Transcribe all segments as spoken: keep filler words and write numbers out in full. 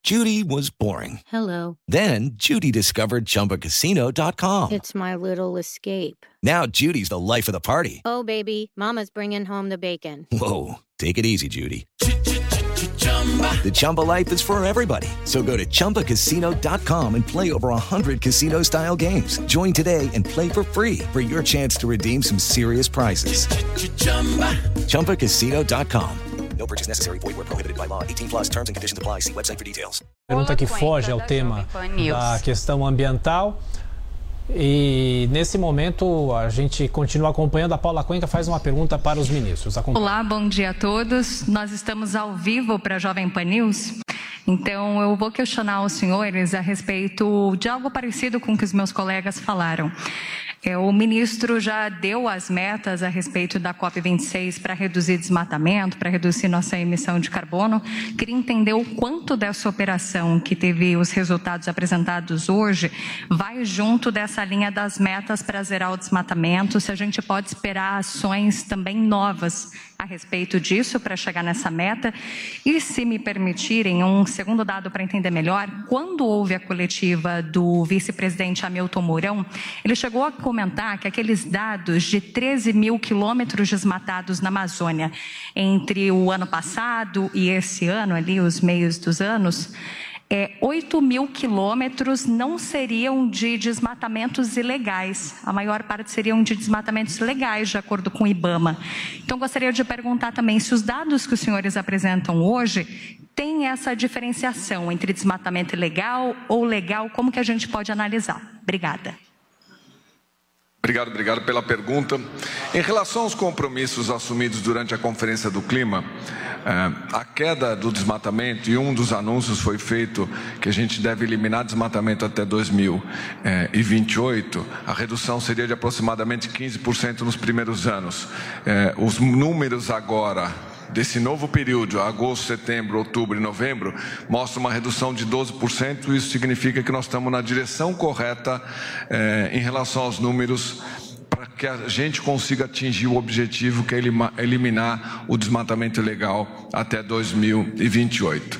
Judy was boring. Hello. Then Judy discovered Chumba Casino dot com. It's my little escape. Now Judy's the life of the party. Oh, baby, mama's bringing home the bacon. Whoa, take it easy, Judy. The Chumba life is for everybody. So go to Chumba Casino dot com and play over one hundred casino-style games. Join today and play for free for your chance to redeem some serious prizes. Chumba Casino dot com. No purchase necessary. Void where prohibited by law. eighteen plus terms and conditions apply. See website for details. Pergunta que foge ao tema da questão ambiental. E nesse momento a gente continua acompanhando. A Paula Cuenca faz uma pergunta para os ministros. Acompanhe. Olá, bom dia a todos. Nós estamos ao vivo para a Jovem Pan News. Então eu vou questionar os senhores a respeito de algo parecido com o que os meus colegas falaram. É, o ministro já deu as metas a respeito da COP vinte e seis para reduzir desmatamento, para reduzir nossa emissão de carbono. Queria entender o quanto dessa operação que teve os resultados apresentados hoje vai junto dessa linha das metas para zerar o desmatamento, se a gente pode esperar ações também novas a respeito disso para chegar nessa meta. E, se me permitirem, um segundo dado para entender melhor, quando houve a coletiva do vice-presidente Hamilton Mourão, ele chegou a comentar que aqueles dados de treze mil quilômetros desmatados na Amazônia entre o ano passado e esse ano, ali os meios dos anos, É, oito mil quilômetros não seriam de desmatamentos ilegais. A maior parte seriam de desmatamentos legais, de acordo com o IBAMA. Então, gostaria de perguntar também se os dados que os senhores apresentam hoje têm essa diferenciação entre desmatamento ilegal ou legal, como que a gente pode analisar? Obrigada. Obrigado, obrigado pela pergunta. Em relação aos compromissos assumidos durante a Conferência do Clima, a queda do desmatamento, e um dos anúncios foi feito que a gente deve eliminar desmatamento até dois mil e vinte e oito, a redução seria de aproximadamente quinze por cento nos primeiros anos. Os números agora desse novo período, agosto, setembro, outubro e novembro, mostram uma redução de doze por cento. Isso significa que nós estamos na direção correta em relação aos números, para que a gente consiga atingir o objetivo, que é eliminar o desmatamento ilegal até dois mil e vinte e oito.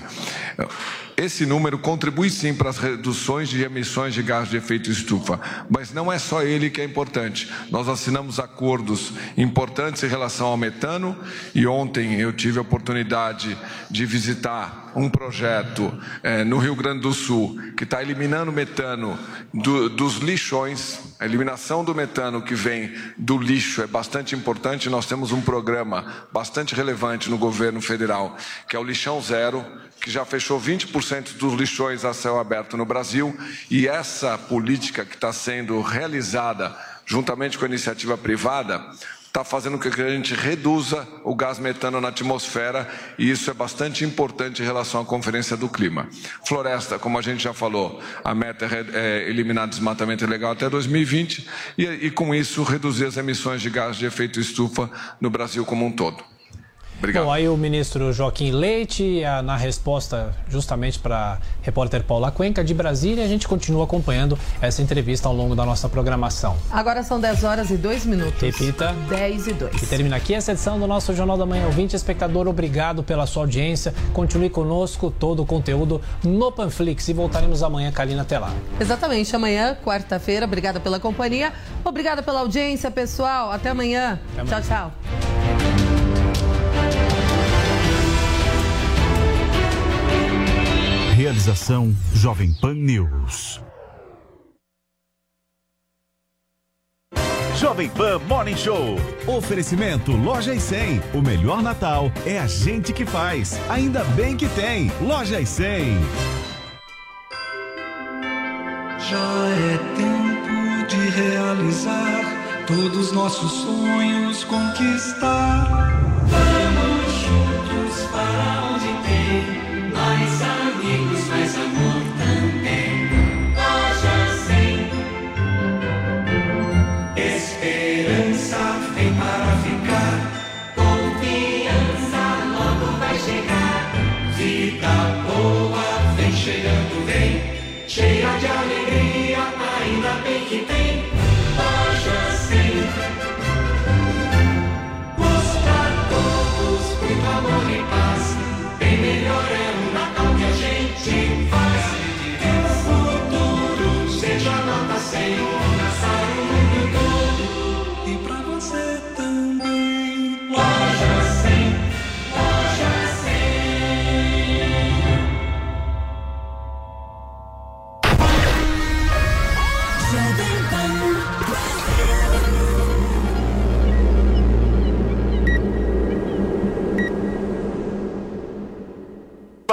Esse número contribui sim para as reduções de emissões de gás de efeito estufa, mas não é só ele que é importante. Nós assinamos acordos importantes em relação ao metano, e ontem eu tive a oportunidade de visitar um projeto eh, no Rio Grande do Sul, que está eliminando metano do, dos lixões. A eliminação do metano que vem do lixo é bastante importante. Nós temos um programa bastante relevante no governo federal, que é o Lixão Zero, que já fechou vinte por cento dos lixões a céu aberto no Brasil, e essa política que está sendo realizada juntamente com a iniciativa privada está fazendo com que a gente reduza o gás metano na atmosfera, e isso é bastante importante em relação à Conferência do Clima. Floresta, como a gente já falou, a meta é eliminar desmatamento ilegal até dois mil e vinte e, e com isso reduzir as emissões de gás de efeito estufa no Brasil como um todo. Obrigado. Bom, aí o ministro Joaquim Leite, na resposta justamente para a repórter Paula Cuenca de Brasília, a gente continua acompanhando essa entrevista ao longo da nossa programação. Agora são dez horas e dois minutos. Repita. dez e dois. E termina aqui essa edição do nosso Jornal da Manhã. Ouvinte, espectador, obrigado pela sua audiência. Continue conosco, todo o conteúdo no Panflix, e voltaremos amanhã, Kalina, até lá. Exatamente, amanhã, quarta-feira. Obrigada pela companhia, obrigada pela audiência, pessoal. Até amanhã. Até amanhã. Tchau, tchau. Realização Jovem Pan News. Jovem Pan Morning Show. Oferecimento Loja e cem. O melhor Natal é a gente que faz. Ainda bem que tem. Loja e cem. Já é tempo de realizar todos nossos sonhos, conquistar. Vamos juntos para onde tem mais amigos, mais amor também. Loja cem. Esperança vem para ficar. Confiança logo vai chegar. Vida boa vem chegando, vem. Cheia de alegria, ainda bem que tem. Loja cem. Busca todos muito amor e paz. Bem melhor é o Natal que a gente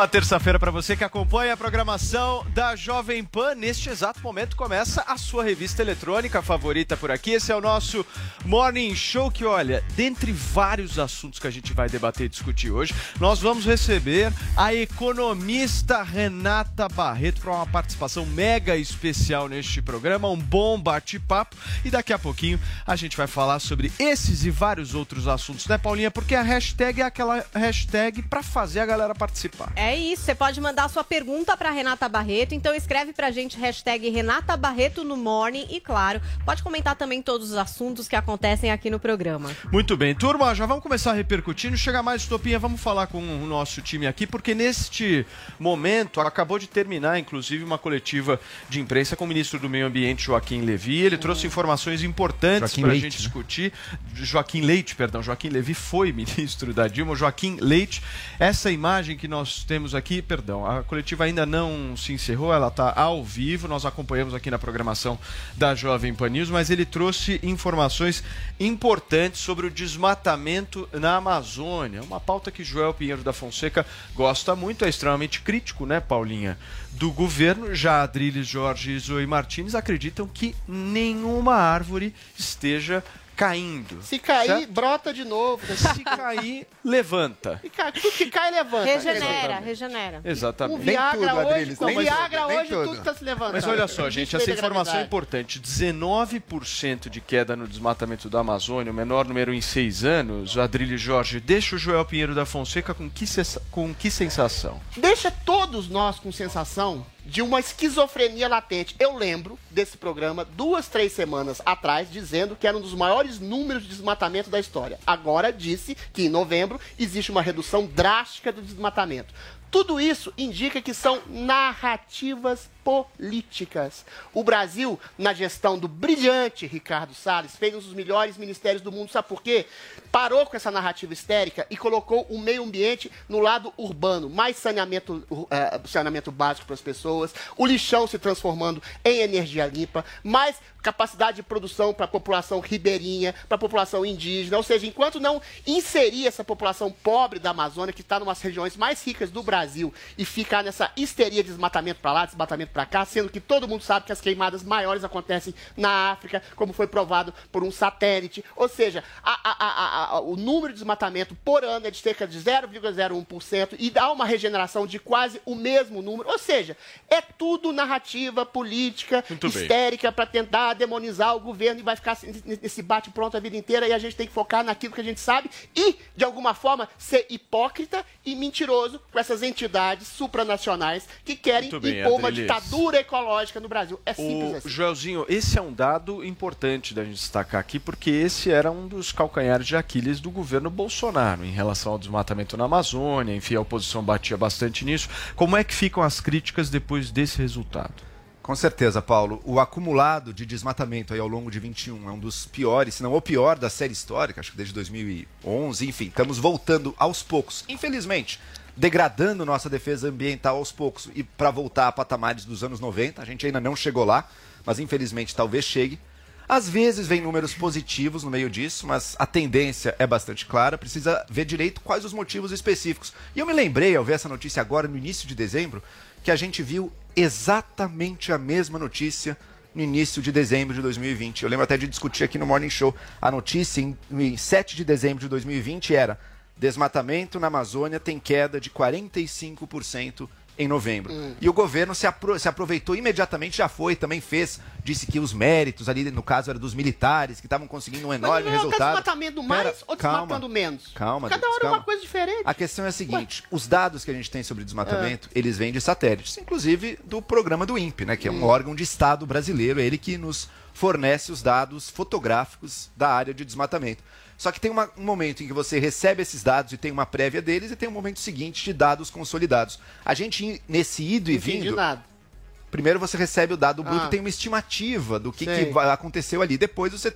Boa terça-feira para você que acompanha a programação da Jovem Pan. Neste exato momento começa a sua revista eletrônica favorita por aqui. Esse é o nosso Morning Show que, olha, dentre vários assuntos que a gente vai debater e discutir hoje, nós vamos receber a economista Renata Barreto para uma participação mega especial neste programa, um bom bate-papo. E daqui a pouquinho a gente vai falar sobre esses e vários outros assuntos, né, Paulinha? Porque a hashtag é aquela hashtag para fazer a galera participar. É isso, você pode mandar sua pergunta para Renata Barreto, então escreve pra gente hashtag Renata Barreto no Morning e, claro, pode comentar também todos os assuntos que acontecem aqui no programa. Muito bem, turma, já vamos começar repercutindo, chega mais Topinha, vamos falar com o nosso time aqui, porque neste momento acabou de terminar, inclusive, uma coletiva de imprensa com o ministro do Meio Ambiente, Joaquim Levy. Ele trouxe informações importantes para a gente discutir. Joaquim Leite, perdão, Joaquim Levy foi ministro da Dilma, Joaquim Leite. Essa imagem que nós temos aqui, perdão, a coletiva ainda não se encerrou, ela está ao vivo, nós acompanhamos aqui na programação da Jovem Pan News, mas ele trouxe informações importantes sobre o desmatamento na Amazônia, uma pauta que Joel Pinheiro da Fonseca gosta muito, é extremamente crítico, né, Paulinha, do governo. Já Adriles Jorge e Zoe Martins acreditam que nenhuma árvore esteja caindo. Se cair, certo? Brota de novo. Se cair, levanta. E cai, tudo que cai, levanta. Regenera, Exatamente. regenera. Exatamente. O Viagra tudo, hoje, Adriles, com o nem Viagra tudo, nem hoje tudo. tudo está se levantando. Mas olha só, gente, essa informação é importante. dezenove por cento de queda no desmatamento da Amazônia, o menor número em seis anos. Adriles Jorge, deixa o Joel Pinheiro da Fonseca com que, com que sensação? Deixa todos nós com sensação de uma esquizofrenia latente. Eu lembro desse programa duas, três semanas atrás, dizendo que era um dos maiores números de desmatamento da história. Agora disse que em novembro existe uma redução drástica do desmatamento. Tudo isso indica que são narrativas políticas. O Brasil, na gestão do brilhante Ricardo Salles, fez um dos melhores ministérios do mundo. Sabe por quê? Parou com essa narrativa histérica e colocou o meio ambiente no lado urbano. Mais saneamento, uh, saneamento básico para as pessoas, o lixão se transformando em energia limpa, mais capacidade de produção para a população ribeirinha, para a população indígena. Ou seja, enquanto não inserir essa população pobre da Amazônia, que está em umas regiões mais ricas do Brasil, e ficar nessa histeria de desmatamento para lá, desmatamento para cá, sendo que todo mundo sabe que as queimadas maiores acontecem na África, como foi provado por um satélite. Ou seja, a, a, a, a, o número de desmatamento por ano é de cerca de zero vírgula zero um por cento e dá uma regeneração de quase o mesmo número. Ou seja, é tudo narrativa política Muito histérica para tentar demonizar o governo e vai ficar nesse bate-pronto a vida inteira, e a gente tem que focar naquilo que a gente sabe e, de alguma forma, ser hipócrita e mentiroso com essas entidades supranacionais que querem bem, impor uma Adriles. ditadura ecológica no Brasil. É simples O assim. Joelzinho, esse é um dado importante da gente destacar aqui, porque esse era um dos calcanhares de Aquiles do governo Bolsonaro em relação ao desmatamento na Amazônia. Enfim, a oposição batia bastante nisso. Como é que ficam as críticas depois desse resultado? Com certeza, Paulo. O acumulado de desmatamento aí ao longo de vinte e um é um dos piores, se não o pior da série histórica, acho que desde dois mil e onze. Enfim, estamos voltando aos poucos, infelizmente, degradando nossa defesa ambiental aos poucos e para voltar a patamares dos anos noventa. A gente ainda não chegou lá, mas infelizmente talvez chegue. Às vezes vem números positivos no meio disso, mas a tendência é bastante clara, precisa ver direito quais os motivos específicos. E eu me lembrei, ao ver essa notícia agora, no início de dezembro, que a gente viu exatamente a mesma notícia no início de dezembro de dois mil e vinte. Eu lembro até de discutir aqui no Morning Show. A notícia em, em sete de dezembro de dois mil e vinte era: desmatamento na Amazônia tem queda de quarenta e cinco por cento em novembro. Hum. E o governo se, apro se aproveitou imediatamente, já foi, também fez, disse que os méritos ali, no caso, eram dos militares, que estavam conseguindo um enorme Mas não, resultado. tá desmatando mais Pera, ou calma, desmatando menos? Calma, Cada Deus, hora calma. é uma coisa diferente. A questão é a seguinte: Ué? os dados que a gente tem sobre desmatamento, é. eles vêm de satélites, inclusive do programa do INPE, né, que é um hum. órgão de Estado brasileiro, é ele que nos fornece os dados fotográficos da área de desmatamento. Só que tem uma, um momento em que você recebe esses dados e tem uma prévia deles, e tem um momento seguinte de dados consolidados. A gente, nesse ido e Entendi vindo... nada. Primeiro você recebe o dado bruto, Ah. tem uma estimativa do que, que aconteceu ali. Depois você tem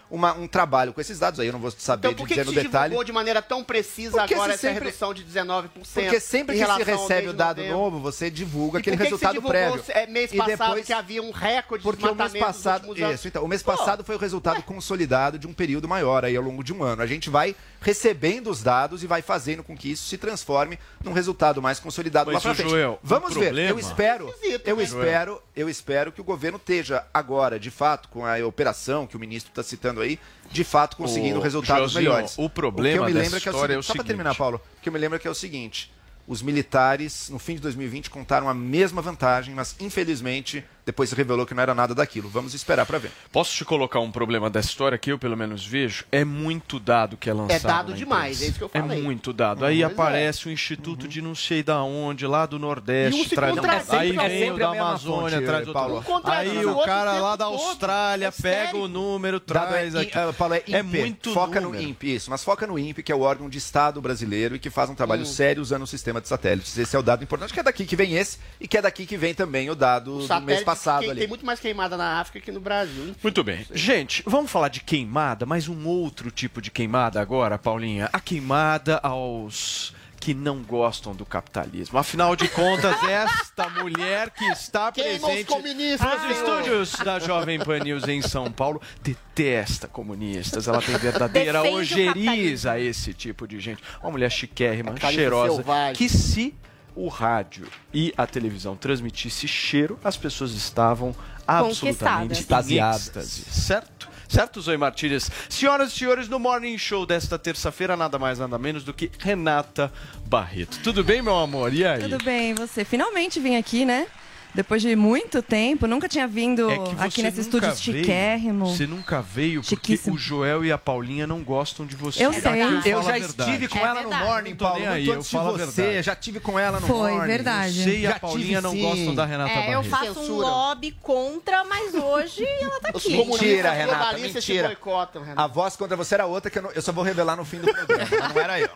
uma, um trabalho com esses dados, aí eu não vou saber Então, por que dizer que no se detalhe. divulgou de maneira tão precisa Porque agora se essa sempre- redução de dezenove por cento? Porque sempre em que se relação ao recebe mês o de dado novembro? novo, você divulga E aquele por que que se resultado divulgou, prévio. é, mês E passado depois- que havia um recorde de Porque o mês desmatamento nos passado, últimos anos? isso, então, o mês Pô, passado foi o resultado consolidado de um período maior aí ao longo de um ano. A gente vai recebendo os dados e vai fazendo com que isso se transforme num resultado mais consolidado Mas, lá pra ô, frente. Joel, o Vamos ver. problema- Eu espero, Esquisito, eu né? espero, eu espero que o governo esteja agora, de fato, com a operação que o ministro está citando aí, de fato conseguindo Ô, resultados Joelzinho, melhores. o problema que eu me dessa lembro é que é o história é o seguinte, só para seguinte. terminar, Paulo, o que eu me lembro é que é o seguinte: os militares, no fim de dois mil e vinte, contaram a mesma vantagem, mas infelizmente depois se revelou que não era nada daquilo. Vamos esperar para ver. Posso te colocar um problema dessa história que eu, pelo menos, vejo? É muito dado que é lançado. É dado na demais, imprensa. é isso que eu falei. É muito dado. Aí Pois é. aparece o instituto de não sei da onde, lá do Nordeste. E um se traz... contradiz. Aí É vem o sempre a da mesma Amazônia, fonte, traz outro. Paulo. Um contradiz Aí o o outro cara o lá tempo da todo. Austrália É pega sério. o número, Dado traz é, aqui. uh, Paulo, é, É INPE. muito Foca número. no INPE, isso. Mas foca no INPE, que é o órgão de Estado brasileiro e que faz um trabalho Hum. sério usando o sistema de satélites. Esse é o dado importante, que é daqui que vem esse e que é daqui que vem também o dado O do satélite mês passado que- ali. Tem muito mais queimada na África que no Brasil. Enfim. Muito bem. Gente, vamos falar de queimada, mas um outro tipo de queimada agora, Paulinha. A queimada aos que não gostam do capitalismo. Afinal de contas, esta mulher que está Queima os presente comunistas, nos senhor. estúdios da Jovem Pan News em São Paulo detesta comunistas. Ela tem verdadeira Defende o ojeriza esse tipo de gente. Uma mulher chiquérrima, Capitalismo cheirosa, selvagem. que se o rádio e a televisão transmitisse cheiro, as pessoas estavam absolutamente Conquistadas. em êxtase, certo? Certo, Zoe Martínez? Senhoras e senhores, no Morning Show desta terça-feira, nada mais, nada menos do que Renata Barreto. Tudo bem, meu amor? E aí? Tudo bem, e você? Finalmente vim aqui, né? Depois de muito tempo, nunca tinha vindo É que você aqui nesse nunca estúdio veio, chiquérrimo. Você nunca veio porque Chiquíssimo. o Joel e a Paulinha não gostam de você. Eu sei. Aqui Eu falo a já verdade. estive com É ela verdade. no Morning, Não tô Paulo. nem aí, Muito eu antes falo a de você, verdade. já tive com ela no Foi, Morning. verdade. Você e a Já Paulinha tive, não sim. gostam da Renata É, eu Barreto. faço um Censura. lobby contra, mas hoje ela tá Os aqui. comunistas Mentira, Renata, globalistas te mentira. boicotam, A Renata. voz contra você era outra que eu, não- eu só vou revelar no fim do programa. Mas não era eu.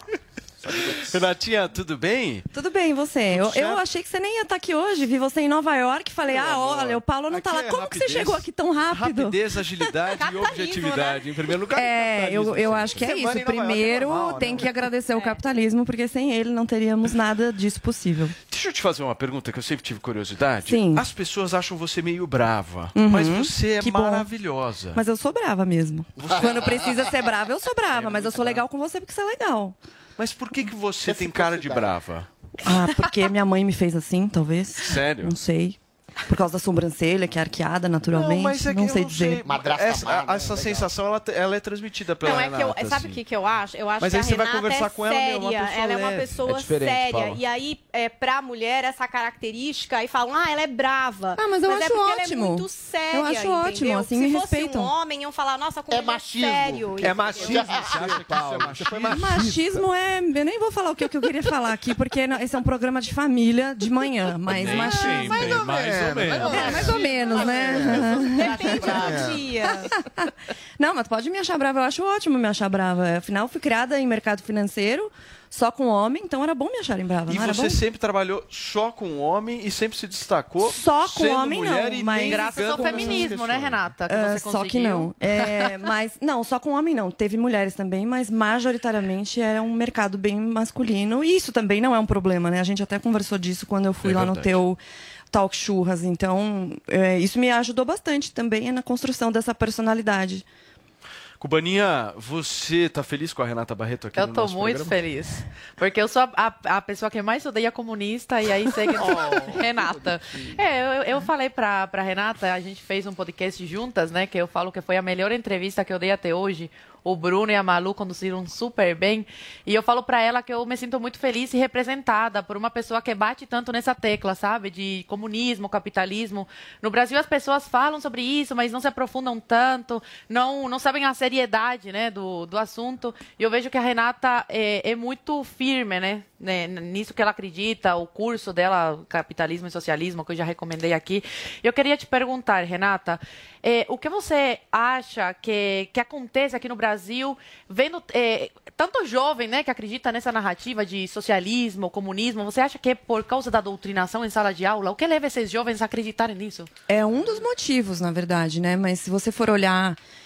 Renatinha, tudo bem? Tudo bem, e você? Eu, eu certo? achei que você nem ia estar aqui hoje. Vi você em Nova York, falei, Meu ah, amor, olha, o Paulo não tá aqui lá. é Como que você rapidez. chegou aqui tão rápido? Rapidez, agilidade e Capitalismo, objetividade. Em primeiro lugar, É, eu, capitalismo, eu sim. acho que é Semana isso. em Nova York é Primeiro, normal, né? tem que agradecer o capitalismo, porque sem ele não teríamos nada disso possível. Deixa eu te fazer uma pergunta que eu sempre tive curiosidade. Sim. As pessoas acham você meio brava, Uhum, mas você é que bom. maravilhosa. Mas eu sou brava mesmo. Quando precisa ser brava, eu sou brava. Mas eu sou legal com você porque você é legal. Mas por que, que você tem cara de brava? Ah, porque minha mãe me fez assim, talvez. Sério? Não sei. Por causa da sobrancelha, que é arqueada naturalmente. Não, mas é que eu sei não dizer. sei. Madrasta Essa, má, né? essa Legal. sensação ela, ela é transmitida pela Não, é que eu, Renata, sabe o assim. que, que eu acho? Eu acho Mas que aí a você vai Renata conversar é com ela, meu, séria. uma pessoa ela é uma leve. pessoa É diferente, séria. Paula. E aí, é, pra mulher, essa característica, aí falam, ah, ela é brava. Ah, mas eu é acho porque ótimo. ela é muito séria, Eu acho ótimo, entendeu? assim Se me fosse respeitam. um homem, iam falar, nossa, como É ele machismo. é sério. É machismo, Você acha que isso é machismo? Machismo é. Eu nem vou falar o que, o que eu queria falar aqui, porque não- esse é um programa de família de manhã. Mas Nem machismo. sempre, mais ou menos. É, mais ou menos, né? Depende do dia. Não, mas pode me achar brava. Eu acho ótimo me achar brava. Afinal, eu fui criada em mercado financeiro, só com homem, então era bom me acharem brava. E não era você bom? sempre trabalhou só com homem e sempre se destacou Só com sendo homem, mulher não, e mas- nem Graças ligando ao com essas feminismo, né, questões. Renata? Que Ah, você só que conseguiu. não. É, mas, não, só com homem não. Teve mulheres também, mas majoritariamente era um mercado bem masculino. E isso também não é um problema, né? A gente até conversou disso quando eu fui É lá no verdade. teu Talk Churras. Então, é, isso me ajudou bastante também na construção dessa personalidade. Cubaninha, você tá feliz com a Renata Barreto aqui Eu no tô nosso muito programa? feliz. Porque eu sou a, a, a pessoa que mais odeia comunista e aí sei que. Renata. É, eu, eu falei pra, pra Renata, a gente fez um podcast juntas, né? Que eu falo que foi a melhor entrevista que eu dei até hoje. O Bruno e a Malu conduziram super bem. E eu falo pra ela que eu me sinto muito feliz e representada por uma pessoa que bate tanto nessa tecla, sabe? De comunismo, capitalismo. No Brasil as pessoas falam sobre isso, mas não se aprofundam tanto, não, não sabem a seriedade, né, do, do assunto. E eu vejo que a Renata é, é muito firme, né, né, nisso que ela acredita, o curso dela, Capitalismo e Socialismo, que eu já recomendei aqui. Eu queria te perguntar, Renata, é, o que você acha que, que acontece aqui no Brasil, vendo é, tanto jovem, né, que acredita nessa narrativa de socialismo, comunismo, você acha que é por causa da doutrinação em sala de aula? O que leva esses jovens a acreditarem nisso? É um dos motivos, na verdade, né? Mas se você for olhar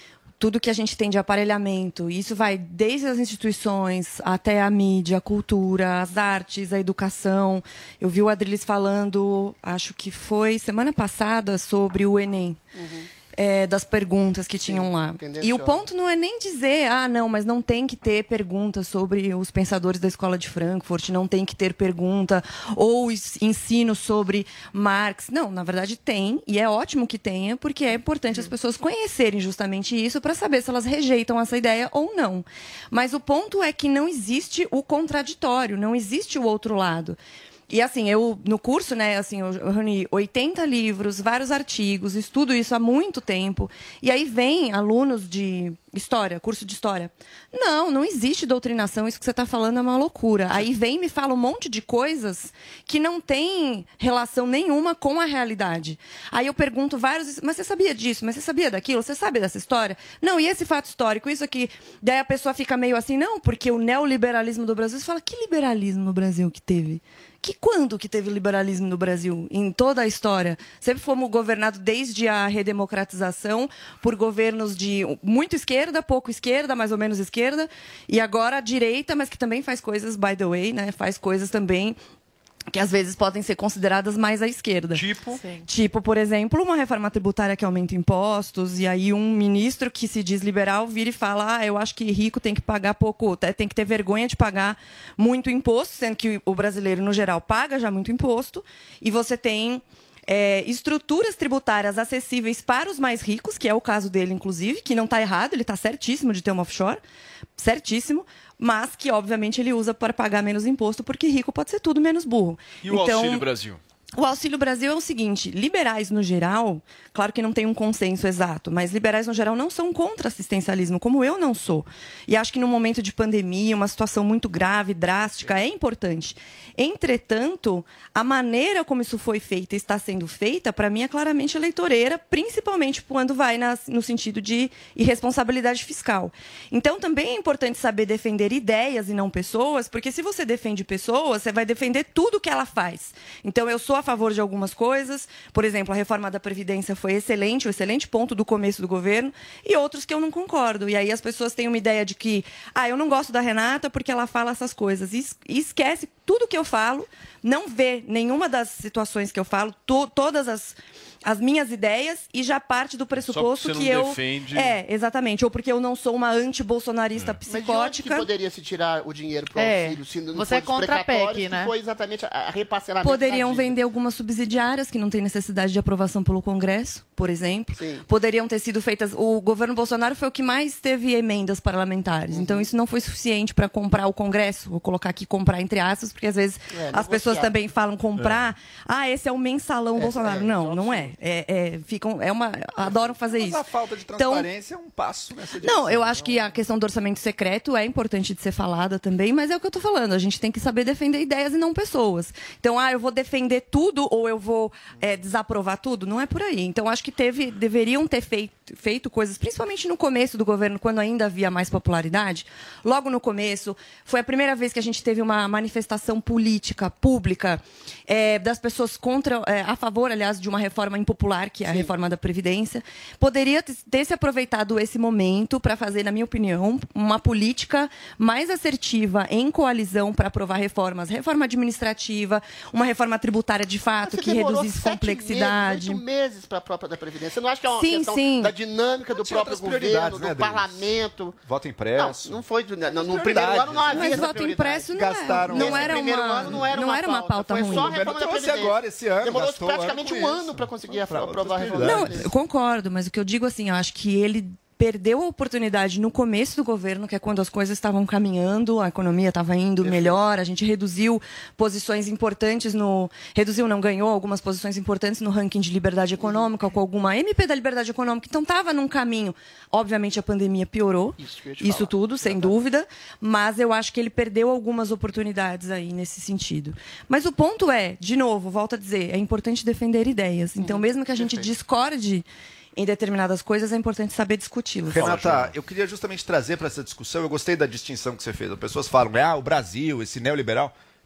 tudo que a gente tem de aparelhamento, isso vai desde as instituições até a mídia, a cultura, as artes, a educação. Eu vi o Adriles falando, acho que foi semana passada, sobre o Enem. Uhum. É, das perguntas que Sim, tinham lá. E o ponto não é nem dizer, ah, não, mas não tem que ter pergunta sobre os pensadores da Escola de Frankfurt, não tem que ter pergunta ou ensino sobre Marx. Não, na verdade tem, e é ótimo que tenha, porque é importante as pessoas conhecerem justamente isso para saber se elas rejeitam essa ideia ou não. Mas o ponto é que não existe o contraditório, não existe o outro lado. E assim, eu no curso, né, assim, eu reuni oitenta livros, vários artigos, estudo isso há muito tempo. E aí vem alunos de história, curso de história. Não, não existe doutrinação, isso que você está falando é uma loucura. Aí vem e me fala um monte de coisas que não tem relação nenhuma com a realidade. Aí eu pergunto vários, mas você sabia disso? Mas você sabia daquilo? Você sabe dessa história? Não, e esse fato histórico, isso aqui? Daí a pessoa fica meio assim, não, porque o neoliberalismo do Brasil, você fala, que liberalismo no Brasil que teve? Que quando que teve liberalismo no Brasil? Em toda a história. Sempre fomos governados desde a redemocratização por governos de muito esquerda, pouco esquerda, mais ou menos esquerda, e agora a direita, mas que também faz coisas, by the way, né? Faz coisas também que às vezes podem ser consideradas mais à esquerda. Tipo? Sim. Tipo, por exemplo, uma reforma tributária que aumenta impostos, e aí um ministro que se diz liberal vira e fala, ah, eu acho que rico tem que pagar pouco, tem que ter vergonha de pagar muito imposto, sendo que o brasileiro, no geral, paga já muito imposto, e você tem é, estruturas tributárias acessíveis para os mais ricos, que é o caso dele, inclusive, que não está errado, ele está certíssimo de ter uma offshore, certíssimo, mas que, obviamente, ele usa para pagar menos imposto, porque rico pode ser tudo menos burro. E o então, Auxílio Brasil? O Auxílio Brasil é o seguinte, liberais no geral, claro que não tem um consenso exato, mas liberais no geral não são contra assistencialismo, como eu não sou. E acho que no momento de pandemia, uma situação muito grave, drástica, é importante. Entretanto, a maneira como isso foi feito e está sendo feita, para mim, é claramente eleitoreira, principalmente quando vai na, no sentido de irresponsabilidade fiscal. Então, também é importante saber defender ideias e não pessoas, porque se você defende pessoas, você vai defender tudo que ela faz. Então, eu sou a favor de algumas coisas, por exemplo, a reforma da Previdência foi excelente, um excelente ponto do começo do governo, e outros que eu não concordo. E aí as pessoas têm uma ideia de que, ah, eu não gosto da Renata porque ela fala essas coisas, e esquece tudo que eu falo, não vê nenhuma das situações que eu falo, to todas as... as minhas ideias e já parte do pressuposto Só que você não eu defende... é, exatamente, ou porque eu não sou uma anti-bolsonarista é. psicótica. Mas de onde que poderia se tirar o dinheiro para o É. auxílio? Se não Você é contra a P E C, né? Foi exatamente a reparcelamento. Poderiam vender algumas subsidiárias que não têm necessidade de aprovação pelo Congresso, por exemplo. Sim. Poderiam ter sido feitas... O governo Bolsonaro foi o que mais teve emendas parlamentares. Uhum. Então, isso não foi suficiente para comprar o Congresso. Vou colocar aqui comprar entre aspas, porque às vezes é, as pessoas também falam comprar. É. Ah, esse é o mensalão É, Bolsonaro. é, não, não é. É, é ficam, é uma, adoram fazer Mas isso. a falta de transparência então, é um passo nessa direção. Não, eu acho que a questão do orçamento secreto é importante de ser falada também, mas é o que eu estou falando. A gente tem que saber defender ideias e não pessoas. Então, ah, eu vou defender tudo ou eu vou é, desaprovar tudo? Não é por aí. Então, acho que teve, deveriam ter feito, feito coisas, principalmente no começo do governo, quando ainda havia mais popularidade. Logo no começo, foi a primeira vez que a gente teve uma manifestação política, pública, é, das pessoas contra, é, a favor, aliás, de uma reforma impopular, que é a Sim. reforma da Previdência. Poderia ter se aproveitado esse momento para fazer, na minha opinião, uma política mais assertiva em coalizão para aprovar reformas. Reforma administrativa, uma reforma tributária de fato, que reduzisse complexidade. Meses, oito meses para a própria da Previdência. Você não acha que é uma sim, questão sim. da dinâmica do próprio governo, do né, parlamento? Voto impresso. Não, não foi. Não, no primeiro ano não havia Mas voto impresso não, Gastaram, é, não, era uma, ano não era não uma era uma pauta, pauta ruim. Foi só a reforma da Previdência. Agora, esse ano, demorou gastou praticamente um ano para conseguir aprovar a reforma. Não, eu concordo, mas o que eu digo assim, eu acho que ele perdeu a oportunidade no começo do governo, que é quando as coisas estavam caminhando, a economia estava indo melhor, a gente reduziu posições importantes no... Reduziu, não ganhou algumas posições importantes no ranking de liberdade econômica, com alguma M P da liberdade econômica, então estava num caminho. Obviamente a pandemia piorou, isso, isso tudo, sem dúvida, mas eu acho que ele perdeu algumas oportunidades aí nesse sentido. Mas o ponto é, de novo, volto a dizer, é importante defender ideias. Então, mesmo que a gente discorde em determinadas coisas, é importante saber discuti-las. Renata, eu queria justamente trazer para essa discussão, eu gostei da distinção que você fez. As pessoas falam, ah, o Brasil, esse neoliberal.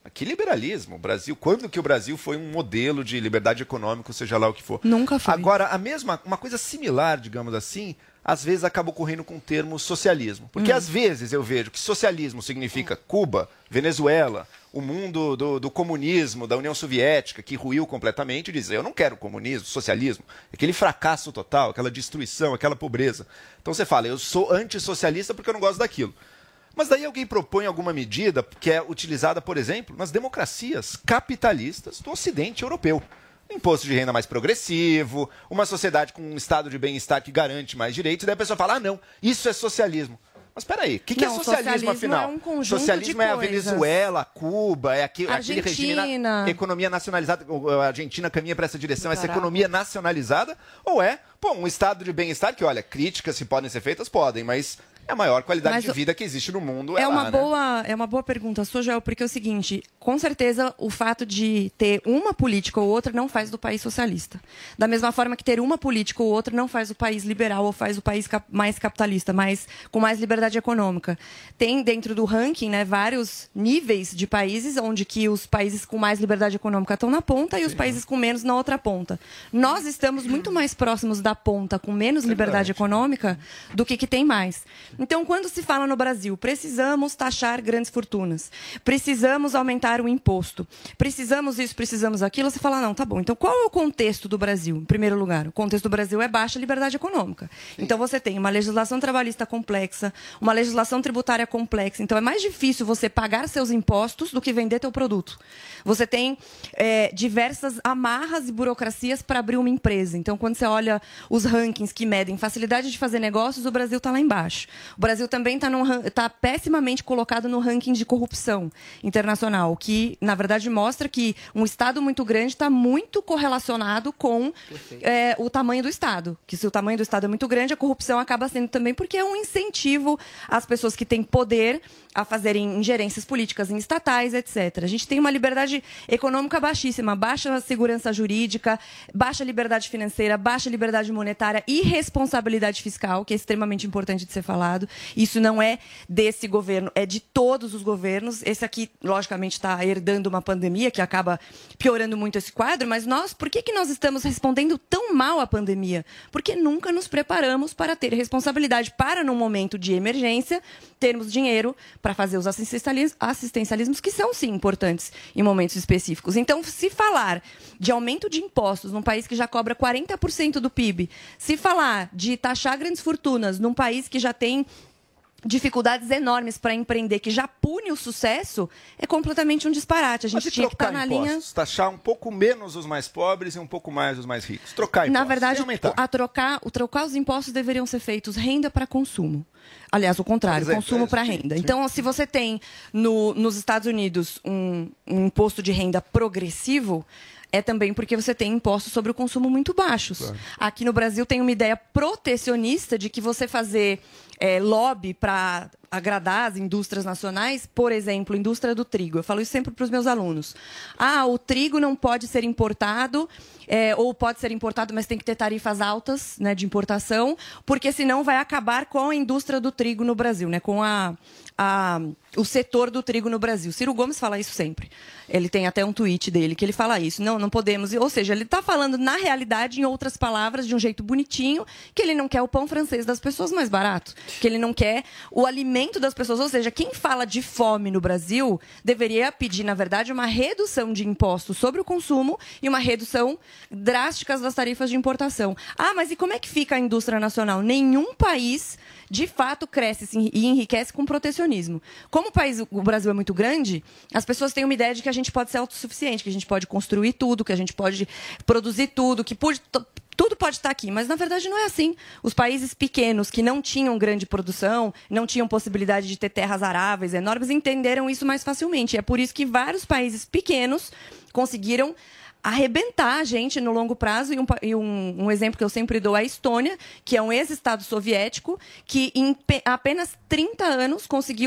Que liberalismo? O Brasil, quando que o Brasil foi um modelo de liberdade econômica, seja lá o que for? Nunca foi. Agora, a mesma, uma coisa similar, digamos assim, às vezes acaba ocorrendo com o termo socialismo. Porque hum. às vezes eu vejo que socialismo significa Cuba, Venezuela, o mundo do, do comunismo, da União Soviética, que ruiu completamente, e diz, eu não quero comunismo, socialismo, aquele fracasso total, aquela destruição, aquela pobreza. Então você fala, eu sou antissocialista porque eu não gosto daquilo. Mas daí alguém propõe alguma medida que é utilizada, por exemplo, nas democracias capitalistas do Ocidente europeu. Um imposto de renda mais progressivo, uma sociedade com um estado de bem-estar que garante mais direitos, e daí a pessoa fala, ah, não, isso é socialismo. Mas espera aí, o que, que não, é socialismo, socialismo afinal? É um conjunto socialismo de é a coisas. Venezuela, Cuba, é aqui, Argentina. aquele regime, na, economia nacionalizada, a Argentina caminha para essa direção, Caraca. essa economia nacionalizada, ou é, pô, um estado de bem-estar que, olha, críticas se podem ser feitas, podem, mas é a maior qualidade Mas de vida que existe no mundo. É, É lá, uma, né? boa, é uma boa pergunta sua, Joel, porque é o seguinte, com certeza o fato de ter uma política ou outra não faz do país socialista. Da mesma forma que ter uma política ou outra não faz o país liberal ou faz o país cap- mais capitalista, mas com mais liberdade econômica. Tem dentro do ranking, né, vários níveis de países, onde que os países com mais liberdade econômica estão na ponta e os países com menos na outra ponta. Nós estamos muito mais próximos da ponta com menos liberdade econômica do que que tem mais. Então, quando se fala no Brasil, precisamos taxar grandes fortunas, precisamos aumentar o imposto, precisamos isso, precisamos aquilo, você fala, não, tá bom. Então, qual é o contexto do Brasil, em primeiro lugar? O contexto do Brasil é baixa liberdade econômica. Então, você tem uma legislação trabalhista complexa, uma legislação tributária complexa. Então, é mais difícil você pagar seus impostos do que vender teu produto. Você tem é, diversas amarras e burocracias para abrir uma empresa. Então, quando você olha os rankings que medem facilidade de fazer negócios, o Brasil está lá embaixo. O Brasil também está tá pessimamente colocado no ranking de corrupção internacional, o que, na verdade, mostra que um Estado muito grande está muito correlacionado com é, o tamanho do Estado. Que se o tamanho do Estado é muito grande, a corrupção acaba sendo também porque é um incentivo às pessoas que têm poder a fazerem ingerências políticas em estatais, etcétera. A gente tem uma liberdade econômica baixíssima, baixa segurança jurídica, baixa liberdade financeira, baixa liberdade monetária e responsabilidade fiscal, que é extremamente importante de ser falado. Isso não é desse governo, é de todos os governos. Esse aqui, logicamente, está herdando uma pandemia que acaba piorando muito esse quadro, mas nós, por que que nós estamos respondendo tão mal à pandemia? Porque nunca nos preparamos para ter responsabilidade para, num momento de emergência, termos dinheiro para fazer os assistencialismos, assistencialismos que são, sim, importantes em momentos específicos. Então, se falar de aumento de impostos num país que já cobra quarenta por cento do P I B, se falar de taxar grandes fortunas num país que já tem dificuldades enormes para empreender, que já pune o sucesso, é completamente um disparate. A gente Mas tinha que estar na linha... impostos, taxar um pouco menos os mais pobres e um pouco mais os mais ricos. Trocar impostos. Na verdade, aumentar. a trocar, o trocar os impostos deveriam ser feitos renda para consumo. Aliás, o contrário, Exemplo, consumo para renda. Sim. Então, se você tem no, nos Estados Unidos um, um imposto de renda progressivo, é também porque você tem impostos sobre o consumo muito baixos. Claro. Aqui no Brasil tem uma ideia protecionista de que você fazer é, lobby para agradar as indústrias nacionais, por exemplo, indústria do trigo. Eu falo isso sempre para os meus alunos. Ah, o trigo não pode ser importado, é, ou pode ser importado, mas tem que ter tarifas altas, né, de importação, porque senão vai acabar com a indústria do trigo no Brasil, né, com a, a, o setor do trigo no Brasil. Ciro Gomes fala isso sempre. Ele tem até um tweet dele que ele fala isso. Não, não podemos. Ou seja, ele está falando, na realidade, em outras palavras, de um jeito bonitinho, que ele não quer o pão francês das pessoas mais barato, que ele não quer o alimento das pessoas. Ou seja, quem fala de fome no Brasil deveria pedir, na verdade, uma redução de impostos sobre o consumo e uma redução drástica das tarifas de importação. Ah, mas e como é que fica a indústria nacional? Nenhum país, de fato, cresce e enriquece com protecionismo. Como o país, o Brasil é muito grande, as pessoas têm uma ideia de que a gente pode ser autossuficiente, que a gente pode construir tudo, que a gente pode produzir tudo, que pode... Tudo pode estar aqui, mas na verdade não é assim. Os países pequenos que não tinham grande produção, não tinham possibilidade de ter terras aráveis enormes, entenderam isso mais facilmente. É por isso que vários países pequenos conseguiram arrebentar a gente no longo prazo. E, um, e um, um exemplo que eu sempre dou é a Estônia, que é um ex-estado soviético, que em pe- apenas trinta anos conseguiu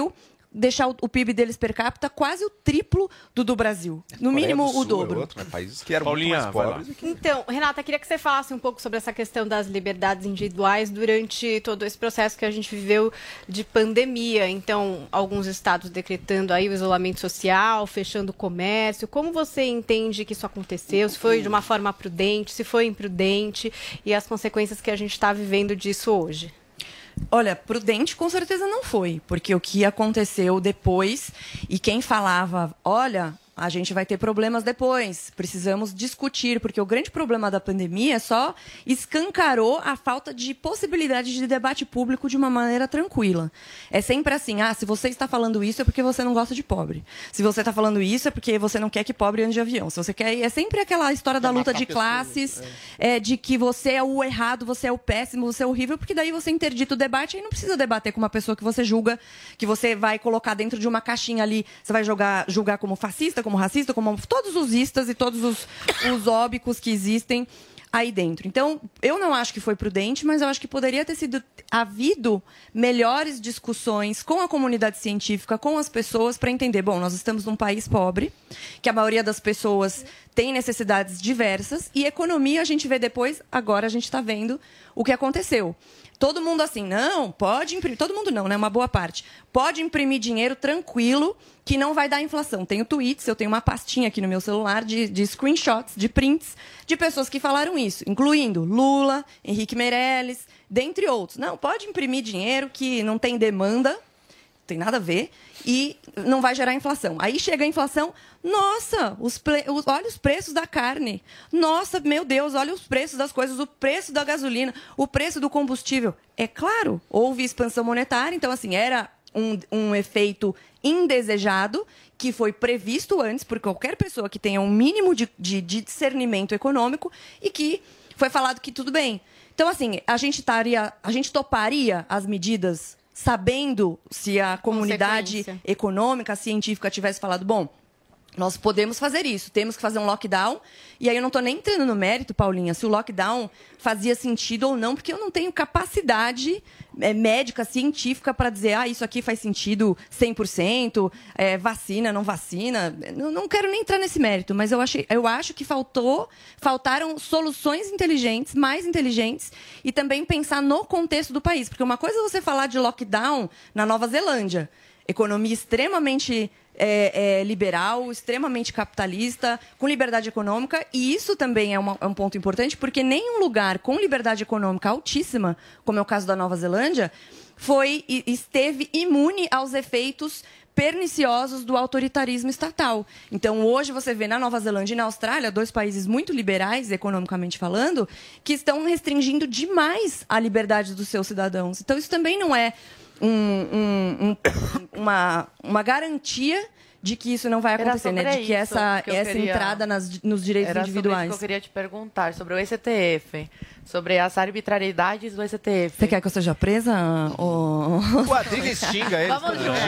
deixar o, o P I B deles per capita quase o triplo do do Brasil. No mínimo, o dobro. Outro, né? Países que eram Paulinha, muito mais pobres. Então, Renata, queria que você falasse um pouco sobre essa questão das liberdades individuais durante todo esse processo que a gente viveu de pandemia. Então, alguns estados decretando aí o isolamento social, fechando o comércio. Como você entende que isso aconteceu? Se foi de uma forma prudente, se foi imprudente e as consequências que a gente está vivendo disso hoje? Olha, prudente com certeza não foi, porque o que aconteceu depois e quem falava, olha, a gente vai ter problemas depois, precisamos discutir, porque o grande problema da pandemia só escancarou a falta de possibilidade de debate público de uma maneira tranquila. É sempre assim, ah, se você está falando isso é porque você não gosta de pobre. Se você está falando isso é porque você não quer que pobre ande de avião. Se você quer, é sempre aquela história da luta de classes, é, de que você é o errado, você é o péssimo, você é horrível, porque daí você interdita o debate e não precisa debater com uma pessoa que você julga, que você vai colocar dentro de uma caixinha ali, você vai jogar, julgar como fascista, como racista, como todos os istas e todos os, os óbicos que existem aí dentro. Então, eu não acho que foi prudente, mas eu acho que poderia ter sido havido melhores discussões com a comunidade científica, com as pessoas, para entender, bom, nós estamos num país pobre, que a maioria das pessoas tem necessidades diversas, e economia a gente vê depois, agora a gente está vendo o que aconteceu. Todo mundo assim, não, pode imprimir, todo mundo não, né? Uma boa parte. Pode imprimir dinheiro tranquilo, que não vai dar inflação. Tenho tweets, eu tenho uma pastinha aqui no meu celular de, de screenshots, de prints, de pessoas que falaram isso, incluindo Lula, Henrique Meirelles, dentre outros. Não, pode imprimir dinheiro que não tem demanda, não tem nada a ver, e não vai gerar inflação. Aí chega a inflação, nossa, os ple... os... olha os preços da carne. Nossa, meu Deus, olha os preços das coisas, o preço da gasolina, o preço do combustível. É claro, houve expansão monetária, então assim, era um, um efeito indesejado que foi previsto antes por qualquer pessoa que tenha um mínimo de, de, de discernimento econômico e que foi falado que tudo bem. Então, assim, a gente, taria, a gente toparia as medidas sabendo se a comunidade econômica, científica tivesse falado, bom, nós podemos fazer isso, temos que fazer um lockdown. E aí eu não estou nem entrando no mérito, Paulinha, se o lockdown fazia sentido ou não, porque eu não tenho capacidade é, médica, científica para dizer, ah, isso aqui faz sentido cem por cento, é, vacina, não vacina. Não, não quero nem entrar nesse mérito, mas eu, achei, eu acho que faltou, faltaram soluções inteligentes, mais inteligentes, e também pensar no contexto do país. Porque uma coisa é você falar de lockdown na Nova Zelândia, economia extremamente é, é, liberal, extremamente capitalista, com liberdade econômica, e isso também é, uma, é um ponto importante, porque nenhum lugar com liberdade econômica altíssima, como é o caso da Nova Zelândia, foi, esteve imune aos efeitos perniciosos do autoritarismo estatal. Então, hoje você vê na Nova Zelândia e na Austrália, dois países muito liberais, economicamente falando, que estão restringindo demais a liberdade dos seus cidadãos. Então, isso também não é Um, um, um, uma, uma garantia de que isso não vai acontecer, né? De que essa, que essa queria... entrada nas, nos direitos Era individuais. Sobre isso que eu queria te perguntar, sobre o E C T F, sobre as arbitrariedades do E C T F. Você quer que eu seja presa? Ou... O Adriles xinga ele. Vamos junto.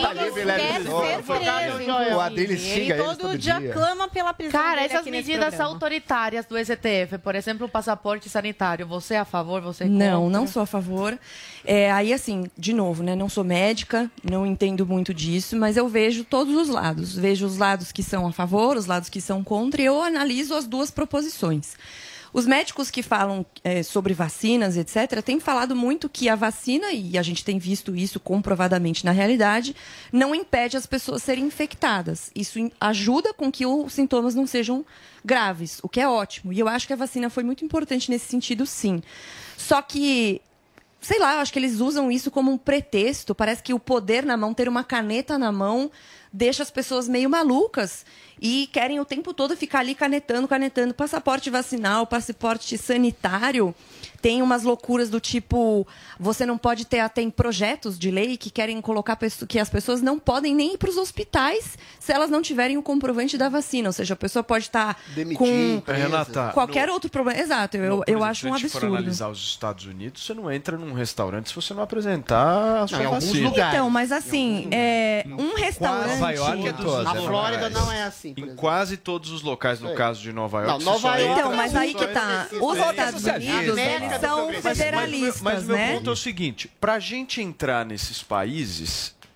O Adriles xinga ele todo dia clama pela prisão. Cara, dele essas aqui nesse medidas programa. autoritárias do E C T F, por exemplo, o passaporte sanitário, você é a favor, você é contra? Não, não sou a favor. É, aí, assim, de novo, né? Não sou médica, não entendo muito disso, mas eu vejo todos os lados. Vejo os lados que são a favor, os lados que são contra, e eu analiso as duas proposições. Os médicos que falam é, sobre vacinas, etcétera, têm falado muito que a vacina, e a gente tem visto isso comprovadamente na realidade, não impede as pessoas serem infectadas. Isso ajuda com que os sintomas não sejam graves, o que é ótimo. E eu acho que a vacina foi muito importante nesse sentido, sim. Só que, sei lá, eu acho que eles usam isso como um pretexto. Parece que o poder na mão, ter uma caneta na mão, deixa as pessoas meio malucas e querem o tempo todo ficar ali canetando, canetando. Passaporte vacinal, passaporte sanitário, tem umas loucuras do tipo, você não pode ter, tem projetos de lei que querem colocar que as pessoas não podem nem ir para os hospitais se elas não tiverem o comprovante da vacina. Ou seja, a pessoa pode estar com Renata, qualquer no, outro problema. Exato, eu, no, eu exemplo, acho um absurdo. Se for analisar os Estados Unidos, você não entra num restaurante se você não apresentar a sua não, vacina. Então, mas assim, é, um restaurante... Nova York é dos Na Flórida não é assim. Em quase todos os locais, no caso de Nova York. Não, Nova York. Então, mas aí que tá. Os Estados Unidos, eles são federalistas, mas, mas, mas né? meu ponto é o seguinte, pra gente entrar nesses países,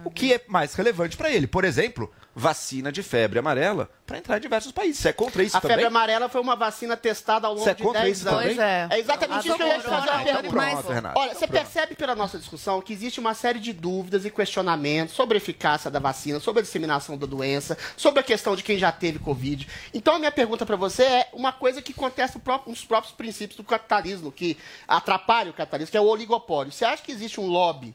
o que é mais relevante para ele. Por exemplo, vacina de febre amarela para entrar em diversos países. Você é contra isso a também? A febre amarela foi uma vacina testada ao longo você é de dez anos. Pois é. é exatamente isso que eu ia te fazer uma pergunta. Mas, Renato, olha, você percebe pela nossa discussão que existe uma série de dúvidas e questionamentos sobre a eficácia da vacina, sobre a disseminação da doença, sobre a questão de quem já teve Covid. Então, a minha pergunta para você é uma coisa que contesta um dos próprios princípios do capitalismo, que atrapalha o capitalismo, que é o oligopólio. Você acha que existe um lobby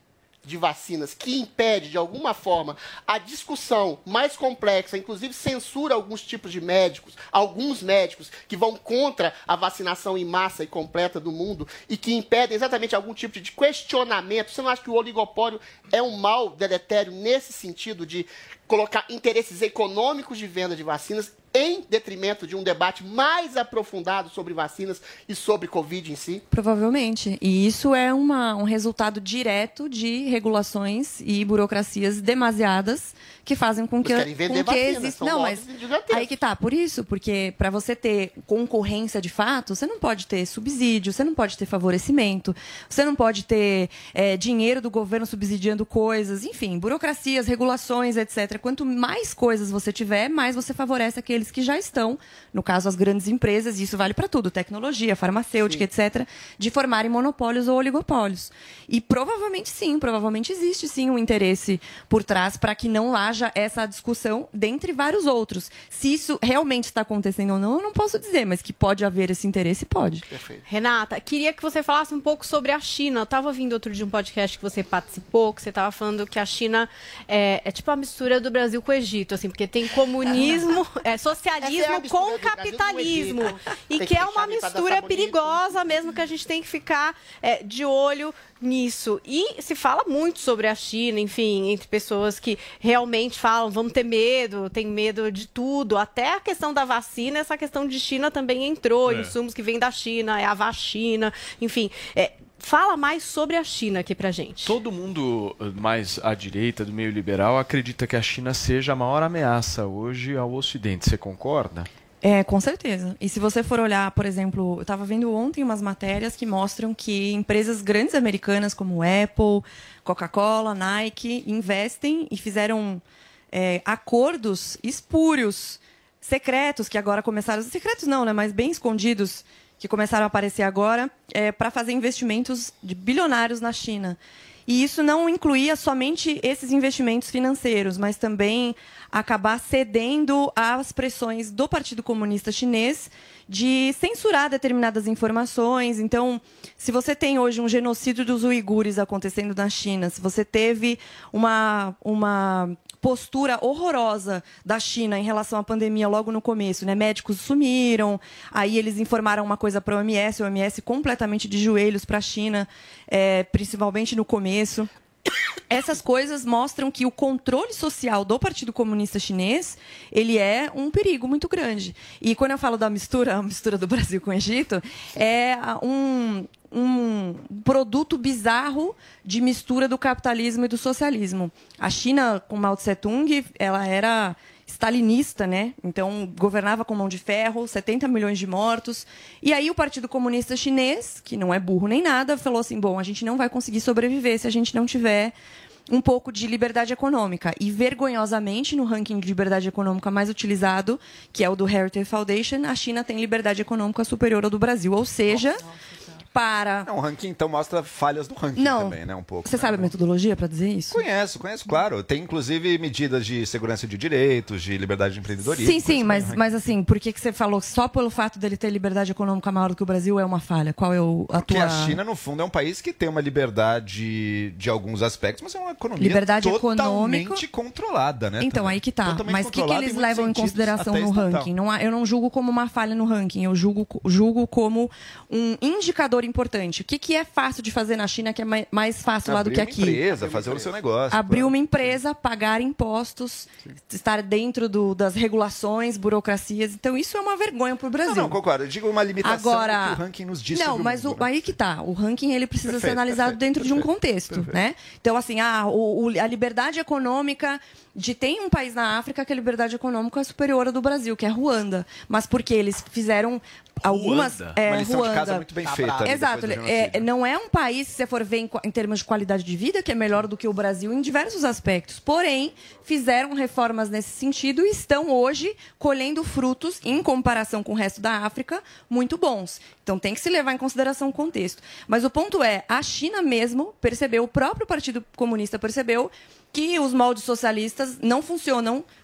de vacinas que impede, de alguma forma, a discussão mais complexa, inclusive censura alguns tipos de médicos, alguns médicos que vão contra a vacinação em massa e completa do mundo e que impedem exatamente algum tipo de questionamento. Você não acha que o oligopólio é um mal deletério nesse sentido de colocar interesses econômicos de venda de vacinas em detrimento de um debate mais aprofundado sobre vacinas e sobre Covid em si? Provavelmente. E isso é uma, um resultado direto de regulações e burocracias demasiadas que fazem com que, Eles querem vender com que vacinas, exista... são Não, mas aí que tá. Por isso, porque para você ter concorrência de fato, você não pode ter subsídio, você não pode ter favorecimento, você não pode ter é, dinheiro do governo subsidiando coisas, enfim, burocracias, regulações, etcétera. Quanto mais coisas você tiver, mais você favorece aqueles que já estão, no caso as grandes empresas, e isso vale para tudo, tecnologia, farmacêutica, sim, etcétera, de formarem monopólios ou oligopólios. E provavelmente sim, provavelmente existe sim um interesse por trás para que não haja essa discussão, dentre vários outros. Se isso realmente está acontecendo ou não, eu não posso dizer, mas que pode haver esse interesse, pode. Perfeito. Renata, queria que você falasse um pouco sobre a China. Eu estava ouvindo outro dia um podcast que você participou, que você estava falando que a China é, é tipo a mistura do Brasil com o Egito, assim, porque tem comunismo, é, socialismo é com capitalismo. E que, que é uma mistura perigosa mesmo, que a gente tem que ficar é, de olho nisso. E se fala muito sobre a China, enfim, entre pessoas que realmente falam, vamos ter medo, tem medo de tudo, até a questão da vacina, essa questão de China também entrou, é. insumos que vêm da China, é a vacina, enfim, é, fala mais sobre a China aqui pra gente. Todo mundo mais à direita, do meio liberal, acredita que a China seja a maior ameaça hoje ao Ocidente. Você concorda? É, com certeza. E se você for olhar, por exemplo, eu estava vendo ontem umas matérias que mostram que empresas grandes americanas como Apple, Coca-Cola, Nike, investem e fizeram é, acordos espúrios, secretos, que agora começaram... Secretos não, né? Mas bem escondidos, que começaram a aparecer agora, é, para fazer investimentos de bilionários na China. E isso não incluía somente esses investimentos financeiros, mas também acabar cedendo às pressões do Partido Comunista Chinês de censurar determinadas informações. Então, se você tem hoje um genocídio dos uigures acontecendo na China, se você teve uma, uma postura horrorosa da China em relação à pandemia logo no começo, né? Médicos sumiram, aí eles informaram uma coisa para a O M S, a O M S completamente de joelhos para a China, é, principalmente no começo. Essas coisas mostram que o controle social do Partido Comunista Chinês, ele é um perigo muito grande. E quando eu falo da mistura, a mistura do Brasil com o Egito, é um, um produto bizarro de mistura do capitalismo e do socialismo. A China, com Mao Tse-tung, ela era stalinista, né? Então, governava com mão de ferro, setenta milhões de mortos. E aí o Partido Comunista Chinês, que não é burro nem nada, falou assim, bom, a gente não vai conseguir sobreviver se a gente não tiver um pouco de liberdade econômica. E, vergonhosamente, no ranking de liberdade econômica mais utilizado, que é o do Heritage Foundation, a China tem liberdade econômica superior ao do Brasil. Ou seja... Nossa. Para... Não, o ranking, então, mostra falhas do ranking não, também, né? Um pouco. Você né? sabe a metodologia para dizer isso? Conheço, conheço, claro. Tem, inclusive, medidas de segurança de direitos, de liberdade de empreendedorismo. Sim, sim, mas, mas assim, por que, que você falou que só pelo fato dele ter liberdade econômica maior do que o Brasil é uma falha? Qual é o, a Porque tua... a China, no fundo, é um país que tem uma liberdade de alguns aspectos, mas é uma economia liberdade totalmente econômica... controlada, né? Então, também. aí que tá. Totalmente mas o que, que eles levam em consideração no estatal. ranking? Não há, eu não julgo como uma falha no ranking, eu julgo, julgo como um indicador importante. O que, que é fácil de fazer na China, que é mais fácil lá do que aqui? Abrir uma empresa, fazer o seu negócio. Abrir uma empresa, pagar impostos, sim, estar dentro do, das regulações, burocracias. Então, isso é uma vergonha para o Brasil. Não, não, concordo. Eu digo uma limitação Agora, que o ranking nos diz não, sobre o mas mundo, o, né? aí que tá. O ranking ele precisa perfeito, ser analisado perfeito, dentro perfeito, de um contexto, perfeito. né? Então, assim, ah, o, o, a liberdade econômica de tem um país na África que a liberdade econômica é superior à do Brasil, que é Ruanda. Mas porque eles fizeram algumas... Ruanda? É, uma lição Ruanda. de casa muito bem feita. Ali, exato. É, não é um país, se você for ver em, em termos de qualidade de vida, que é melhor do que o Brasil em diversos aspectos. Porém, fizeram reformas nesse sentido e estão hoje colhendo frutos, em comparação com o resto da África, muito bons. Então, tem que se levar em consideração o contexto. Mas o ponto é, a China mesmo percebeu, o próprio Partido Comunista percebeu que os moldes socialistas não funcionam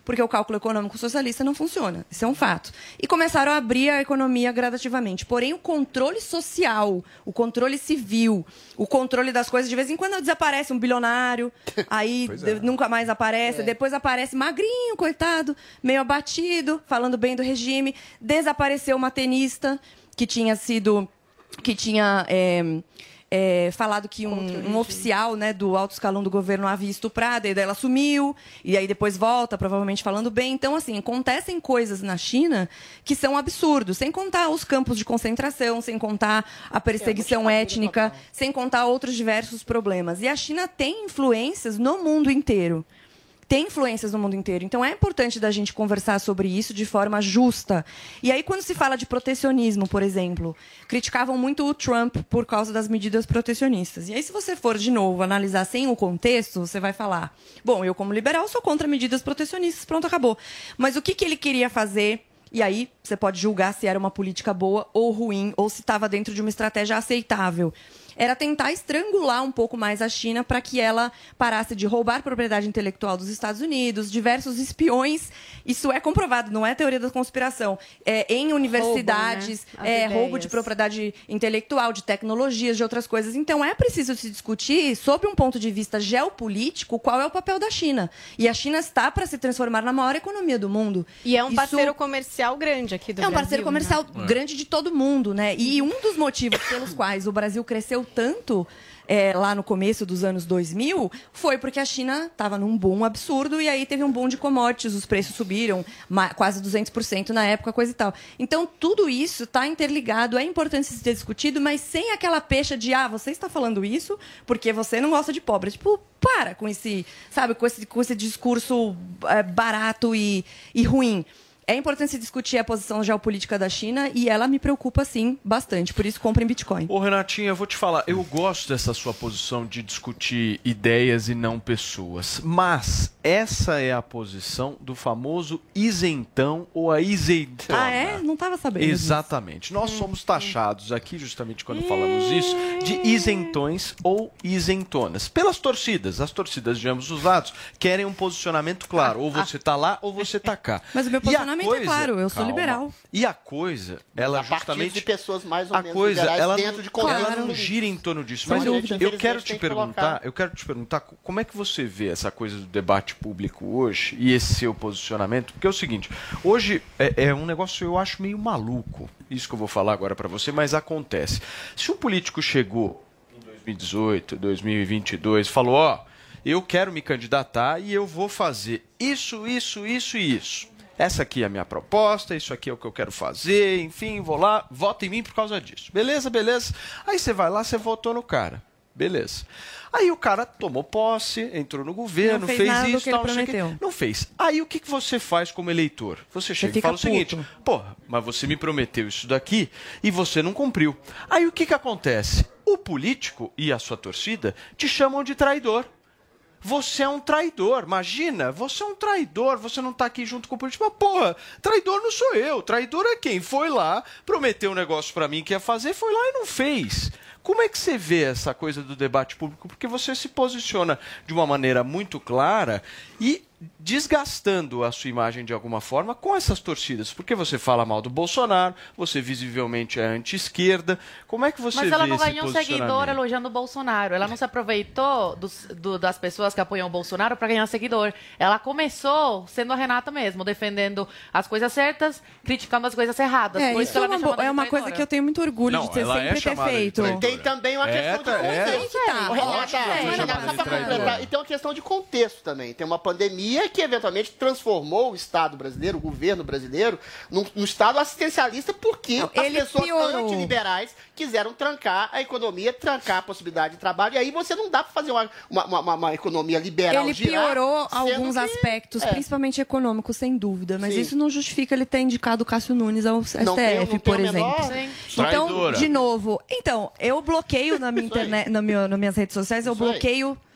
porque o cálculo econômico socialista não funciona. Isso é um fato. E começaram a abrir a economia gradativamente. Porém, o controle social, o controle civil, o controle das coisas, de vez em quando desaparece um bilionário, aí é. nunca mais aparece, é. depois aparece magrinho, coitado, meio abatido, falando bem do regime. Desapareceu uma tenista que tinha sido... que tinha... É, É, falado que um, um oficial, né, do alto escalão do governo havia estuprado, e daí ela sumiu, e aí depois volta, provavelmente falando bem. Então, assim, acontecem coisas na China que são absurdos, sem contar os campos de concentração, sem contar a perseguição é, étnica, sem contar outros diversos problemas. E a China tem influências no mundo inteiro. Tem influências no mundo inteiro. Então, é importante da gente conversar sobre isso de forma justa. E aí, quando se fala de protecionismo, por exemplo, criticavam muito o Trump por causa das medidas protecionistas. E aí, se você for, de novo, analisar sem o contexto, você vai falar, bom, eu como liberal sou contra medidas protecionistas, pronto, acabou. Mas o que, que ele queria fazer? E aí, você pode julgar se era uma política boa ou ruim, ou se estava dentro de uma estratégia aceitável. Era tentar estrangular um pouco mais a China para que ela parasse de roubar propriedade intelectual dos Estados Unidos, diversos espiões, isso é comprovado, não é teoria da conspiração, é, em universidades, roubo, né? é, roubo de propriedade intelectual, de tecnologias, de outras coisas. Então, é preciso se discutir, sob um ponto de vista geopolítico, qual é o papel da China. E a China está para se transformar na maior economia do mundo. E é um isso... parceiro comercial grande aqui do É um Brasil, parceiro comercial né? grande de todo mundo, né? E um dos motivos pelos quais o Brasil cresceu tanto é, lá no começo dos anos dois mil foi porque a China estava num boom absurdo e aí teve um boom de commodities, os preços subiram quase duzentos por cento na época, coisa e tal. Então, tudo isso está interligado, é importante ser discutido, mas sem aquela pecha de, ah, você está falando isso porque você não gosta de pobre. Tipo, para com esse, sabe, com esse, com esse discurso é, barato e, e ruim. É importante se discutir a posição geopolítica da China e ela me preocupa, sim, bastante. Por isso, comprem Bitcoin. Ô, Renatinha, eu vou te falar. Eu gosto dessa sua posição de discutir ideias e não pessoas. Mas essa é a posição do famoso isentão ou a isentona. Ah, é? Não estava sabendo. Exatamente. Disso. Nós somos taxados aqui, justamente quando falamos isso, de isentões ou isentonas. Pelas torcidas. As torcidas de ambos os lados querem um posicionamento claro. Ou você tá lá ou você tá cá. Mas o meu posicionamento Coisa, é claro, eu sou calma. liberal. E a coisa, ela a justamente... de pessoas mais ou a menos coisa, ela dentro não, de contexto. ela não gira em torno disso. Sem Mas eu, dúvida. eu quero te perguntar, colocar. eu quero te perguntar como é que você vê essa coisa do debate público hoje e esse seu posicionamento? Porque é o seguinte, hoje é, é um negócio eu acho meio maluco, isso que eu vou falar agora para você, mas acontece. Se um político chegou em dois mil e dezoito, dois mil e vinte e dois, falou, ó, eu quero me candidatar e eu vou fazer isso, isso, isso e isso. Essa aqui é a minha proposta, isso aqui é o que eu quero fazer, enfim, vou lá, vota em mim por causa disso. Beleza, beleza. Aí você vai lá, você votou no cara. Beleza. Aí o cara tomou posse, entrou no governo, não fez, fez nada isso, do que ele tal, não sei o prometeu. que. Não fez. Aí o que que você faz como eleitor? Você chega Você e fala fica o seguinte, puto. porra, mas você me prometeu isso daqui e você não cumpriu. Aí o que que acontece? O político e a sua torcida te chamam de traidor. Você é um traidor, imagina, você é um traidor, você não está aqui junto com o político, mas porra, traidor não sou eu, traidor é quem foi lá, prometeu um negócio para mim que ia fazer, foi lá e não fez. Como é que você vê essa coisa do debate público? Porque você se posiciona de uma maneira muito clara e desgastando a sua imagem de alguma forma com essas torcidas. Porque você fala mal do Bolsonaro, você visivelmente é anti-esquerda. Como é que você vê esse Mas ela não posicionamento? ganhou um seguidor elogiando o Bolsonaro. Ela não se aproveitou dos, do, das pessoas que apoiam o Bolsonaro para ganhar seguidor. Ela começou sendo a Renata mesmo, defendendo as coisas certas, criticando as coisas erradas. É, Por isso que ela é uma, é chamada é de uma traidora. coisa que eu tenho muito orgulho Não, de ter ela é sempre ter chamada de feito. traidora. Tem também uma É, questão de é. contexto. Tá. Ô, Renata, É, Renata, é. só pra traidora. completar, e tem uma questão de contexto também. Tem uma pandemia que eventualmente transformou o Estado brasileiro, o governo brasileiro, num, num Estado assistencialista porque Não, as ele pessoas piorou. antiliberais quiseram trancar a economia, trancar a possibilidade de trabalho. E aí você não dá para fazer uma, uma, uma, uma economia liberal Ele girar, piorou sendo alguns que- aspectos, é. principalmente econômicos, sem dúvida. Mas Sim. isso não justifica ele ter indicado o Cássio Nunes ao S T F, Não tem- não tem por o menor- exemplo. Sim. Então, Traidora. de novo, então, eu bloqueio na minha Isso aí. internet, na minha, nas minhas redes sociais, eu Isso aí. bloqueio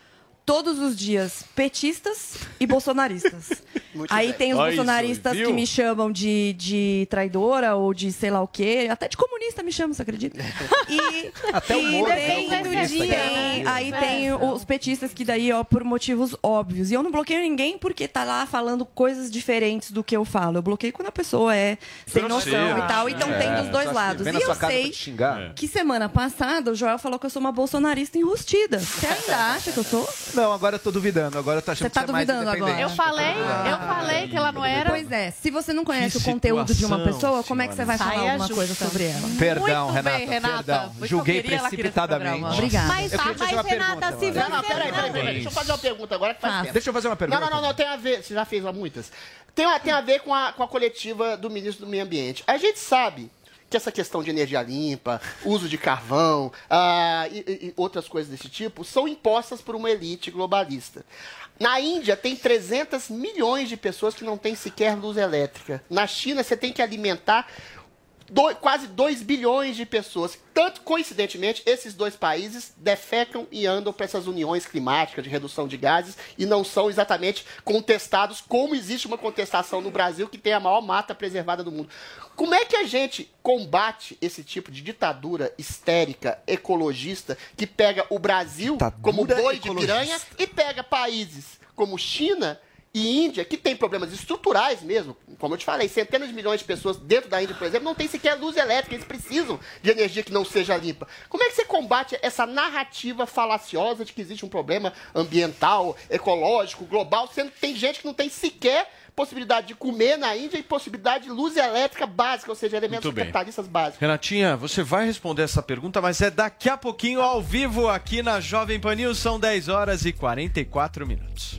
todos os dias petistas e bolsonaristas. Muito Aí bem. tem os Olha bolsonaristas isso, viu? que me chamam de, de traidora ou de sei lá o quê. Até de comunista me chamam, você acredita? E, Até o e Moro daí é um comunista, tem, cara. aí tem os petistas que daí, ó, por motivos óbvios. E eu não bloqueio ninguém porque tá lá falando coisas diferentes do que eu falo. Eu bloqueio quando a pessoa é sem noção Grosseiro. e tal. Então É, tem dos dois só assim, lados. vem E na sua eu casa pra sei te xingar. que semana passada o Joel falou que eu sou uma bolsonarista enrustida. Você ainda acha que eu sou? Não, agora eu tô duvidando. Agora eu tô achando Você tá que você é mais duvidando independente. agora? Eu falei, eu falei que ela não era. Pois é, se você não conhece Que o conteúdo de uma situação, pessoa, como é que você vai falar Saia alguma justa. coisa sobre ela? Perdão, Muito Renata, bem, Renata. perdão. Foi que eu Julguei queria ela aqui nesse precipitadamente. programa. Obrigada. Mas, Eu queria te fazer mas uma Renata, pergunta, se Laura. Não, não, você peraí, peraí, não... peraí. Deixa eu fazer uma pergunta agora que faz Faça. tempo. Deixa eu fazer uma pergunta. Não, não, não, não, tem a ver, você já fez lá muitas. Tem, a- tem a ver com a, com a coletiva do ministro do Meio Ambiente. A gente sabe que essa questão de energia limpa, uso de carvão ah, e, e- e outras coisas desse tipo são impostas por uma elite globalista. Na Índia tem trezentos milhões de pessoas que não têm sequer luz elétrica. Na China você tem que alimentar do- quase dois bilhões de pessoas. Tanto, coincidentemente, esses dois países defecam e andam para essas uniões climáticas de redução de gases e não são exatamente contestados, como existe uma contestação no Brasil, que tem a maior mata preservada do mundo. Como é que a gente combate esse tipo de ditadura histérica, ecologista, que pega o Brasil Ditadura como boi de ecologista. piranha e pega países como China e Índia, que tem problemas estruturais mesmo, como eu te falei, centenas de milhões de pessoas dentro da Índia, por exemplo, não tem sequer luz elétrica, eles precisam de energia que não seja limpa. Como é que você combate essa narrativa falaciosa de que existe um problema ambiental, ecológico, global, sendo que tem gente que não tem sequer possibilidade de comer na Índia e possibilidade de luz elétrica básica, ou seja, elementos Muito bem. capitalistas básicos? Renatinha, você vai responder essa pergunta, mas é daqui a pouquinho ao vivo aqui na Jovem Pan News. São dez horas e quarenta e quatro minutos.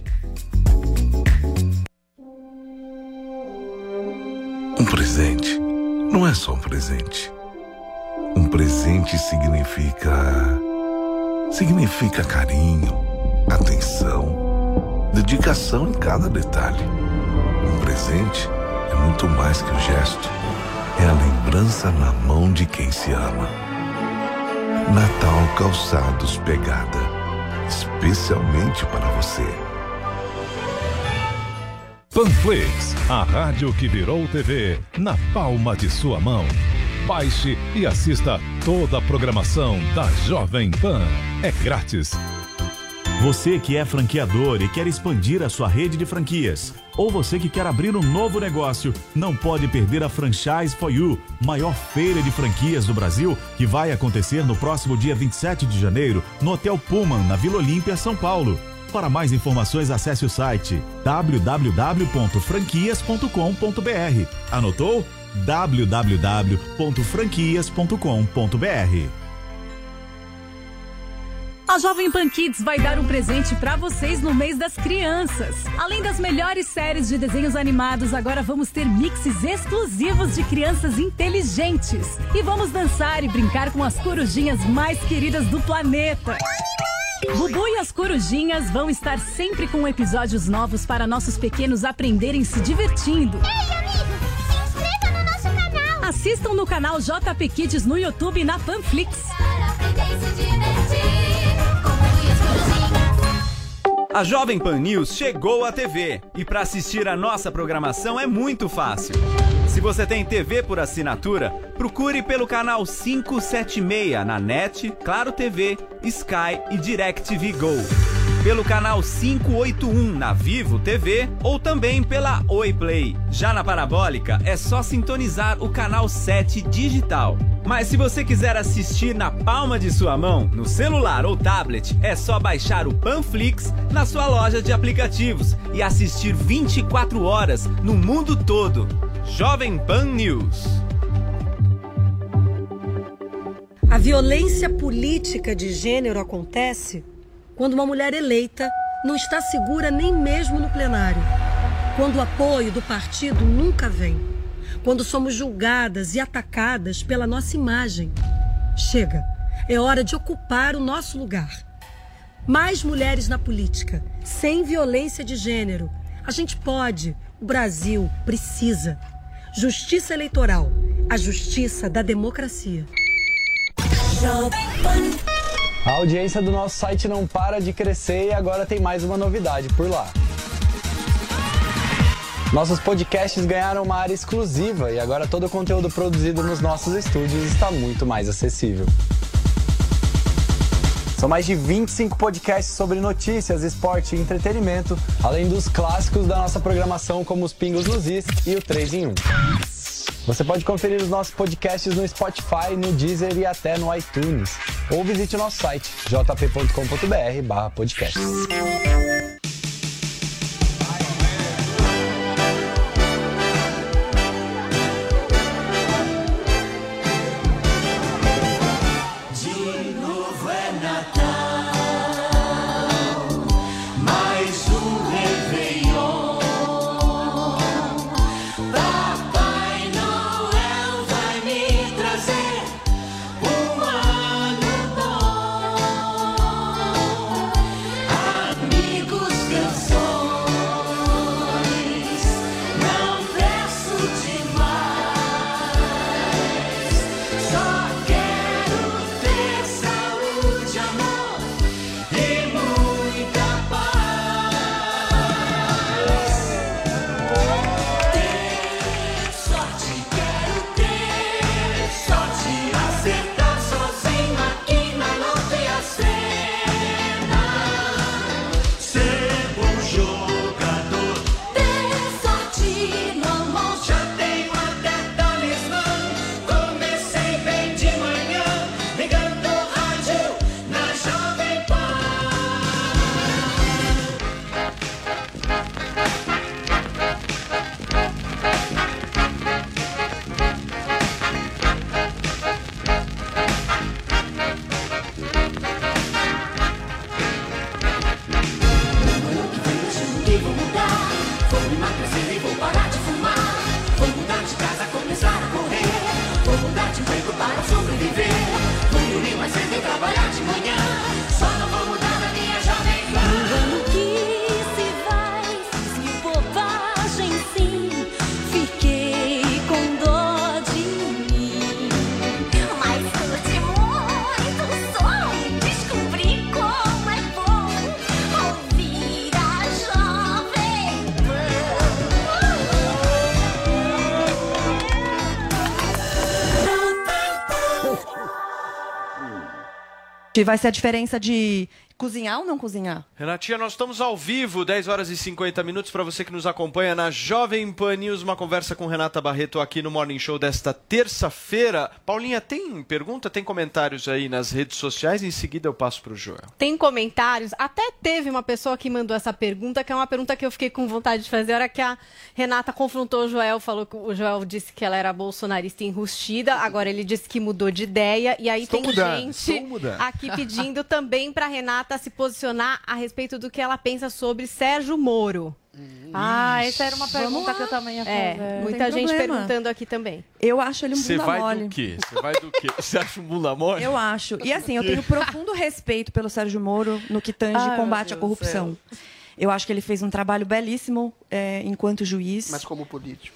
Um presente não é só um presente. Um presente significa... Significa carinho, atenção, dedicação em cada detalhe. Um presente é muito mais que o gesto. É a lembrança na mão de quem se ama. Natal Calçados Pegada. Especialmente para você. Panflix, a rádio que virou T V na palma de sua mão. Baixe e assista toda a programação da Jovem Pan. É grátis. Você que é franqueador e quer expandir a sua rede de franquias, ou você que quer abrir um novo negócio, não pode perder a Franchise for You, maior feira de franquias do Brasil, que vai acontecer no próximo dia vinte e sete de janeiro, no Hotel Pullman, na Vila Olímpia, São Paulo. Para mais informações, acesse o site w w w ponto franquias ponto com ponto b r. Anotou? w w w ponto franquias ponto com ponto b r. A Jovem Pan Kids vai dar um presente pra vocês no mês das crianças. Além das melhores séries de desenhos animados, agora vamos ter mixes exclusivos de crianças inteligentes. E vamos dançar e brincar com as corujinhas mais queridas do planeta. Bubu e as corujinhas vão estar sempre com episódios novos para nossos pequenos aprenderem se divertindo. Ei, amigo, se inscreva no nosso canal. Assistam no canal J P Kids no YouTube e na Panflix. Para aprender e se divertir, com Bubu e as corujinhas. A Jovem Pan News chegou à T V e para assistir a nossa programação é muito fácil. Se você tem T V por assinatura, procure pelo canal quinhentos e setenta e seis na NET, Claro T V, Sky e DirecTV Go. Pelo canal quinhentos e oitenta e um na Vivo T V ou também pela Oi Play. Já na parabólica é só sintonizar o canal sete digital. Mas se você quiser assistir na palma de sua mão, no celular ou tablet, é só baixar o Panflix na sua loja de aplicativos e assistir vinte e quatro horas no mundo todo. Jovem Pan News. A violência política de gênero acontece quando uma mulher eleita não está segura nem mesmo no plenário, quando o apoio do partido nunca vem, quando somos julgadas e atacadas pela nossa imagem. Chega, é hora de ocupar o nosso lugar. Mais mulheres na política, sem violência de gênero. A gente pode, o Brasil precisa. Justiça eleitoral, a justiça da democracia. A audiência do nosso site não para de crescer e agora tem mais uma novidade por lá. Nossos podcasts ganharam uma área exclusiva e agora todo o conteúdo produzido nos nossos estúdios está muito mais acessível. São mais de vinte e cinco podcasts sobre notícias, esporte e entretenimento, além dos clássicos da nossa programação como os Pingos nos Is e o três em um. Você pode conferir os nossos podcasts no Spotify, no Deezer e até no iTunes. Ou visite o nosso site, j p ponto com ponto b r barra podcast. Vai ser a diferença de cozinhar ou não cozinhar? Renatinha, nós estamos ao vivo, dez horas e cinquenta minutos, para você que nos acompanha na Jovem Pan News, uma conversa com Renata Barreto aqui no Morning Show desta terça-feira. Paulinha, tem pergunta, tem comentários aí nas redes sociais? Em seguida eu passo para o Joel. Tem comentários, até teve uma pessoa que mandou essa pergunta, que é uma pergunta que eu fiquei com vontade de fazer, a hora que a Renata confrontou o Joel, falou que o Joel disse que ela era bolsonarista enrustida, agora ele disse que mudou de ideia, e aí Estou tem mudando, gente estou mudando. aqui pedindo também para Renata se posicionar a respeito do que ela pensa sobre Sérgio Moro. Ah, essa era uma pergunta que eu também ia fazer. É, muita gente problema. perguntando aqui também. Eu acho ele um Você bunda vai mole. do quê? Você vai do quê? Você acha um bunda mole? Eu acho. E assim, eu tenho profundo respeito pelo Sérgio Moro no que tange Ai, combate meu à Deus do corrupção. Eu acho que ele fez um trabalho belíssimo é, enquanto juiz. Mas como político?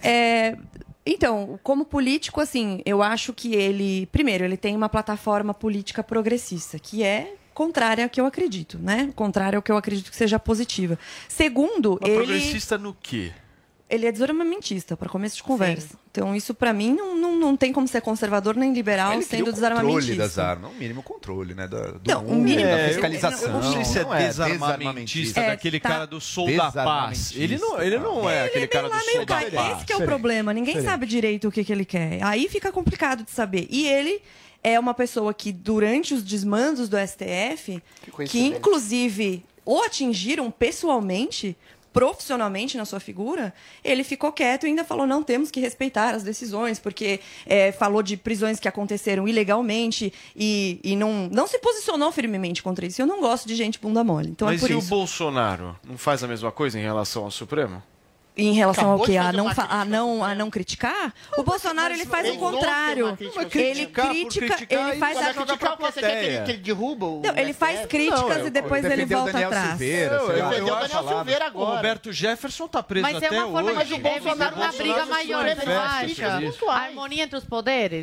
É, então, como político, assim, eu acho que ele... Primeiro, ele tem uma plataforma política progressista, que é contrária ao que eu acredito, né? Contrária ao que eu acredito que seja positiva. Segundo, Mas ele... progressista no quê? Ele é desarmamentista, para começo de conversa. Sim. Então, isso, para mim, não, não, não tem como ser conservador nem liberal ele sendo o desarmamentista. controle das armas. Um mínimo controle, né? Da, do não, mundo, um mínimo, da É, fiscalização. Eu, eu não sei se é, Não é desarmamentista É, daquele tá. cara do Sou da Paz. Ele não, ele não é Ele aquele é cara meio do lá, Sou meio da cá. Paz. Esse que é o Diferente. problema. Ninguém Diferente. sabe direito o que, que ele quer. Aí fica complicado de saber. E ele é uma pessoa que, durante os desmandos do S T F, que inclusive o atingiram pessoalmente, profissionalmente na sua figura, ele ficou quieto e ainda falou, não, temos que respeitar as decisões, porque é, falou de prisões que aconteceram ilegalmente e, e não, não se posicionou firmemente contra isso. Eu não gosto de gente bunda mole. Então Mas é por e isso. o Bolsonaro? Não faz a mesma coisa em relação ao Supremo? Em relação Acabou ao quê? de A fazer não, uma fa- a, não, a não criticar? O Bolsonaro ele faz o Ele não tem contrário. uma crítica. Ele Criticar por critica, criticar ele e faz vai a jogar pra crítica. Você quer que ele, que ele derruba o Não, ele faz S T F? críticas Não, eu- e depois eu ele defendeu o volta Daniel atrás. Silveira, Eu, sei lá. defendeu o Daniel falar. Silveira O agora. Roberto Jefferson tá preso Mas até é uma forma hoje. de evitar uma briga maior, Bolsonaro você não se acha? manifesta. A harmonia entre os poderes?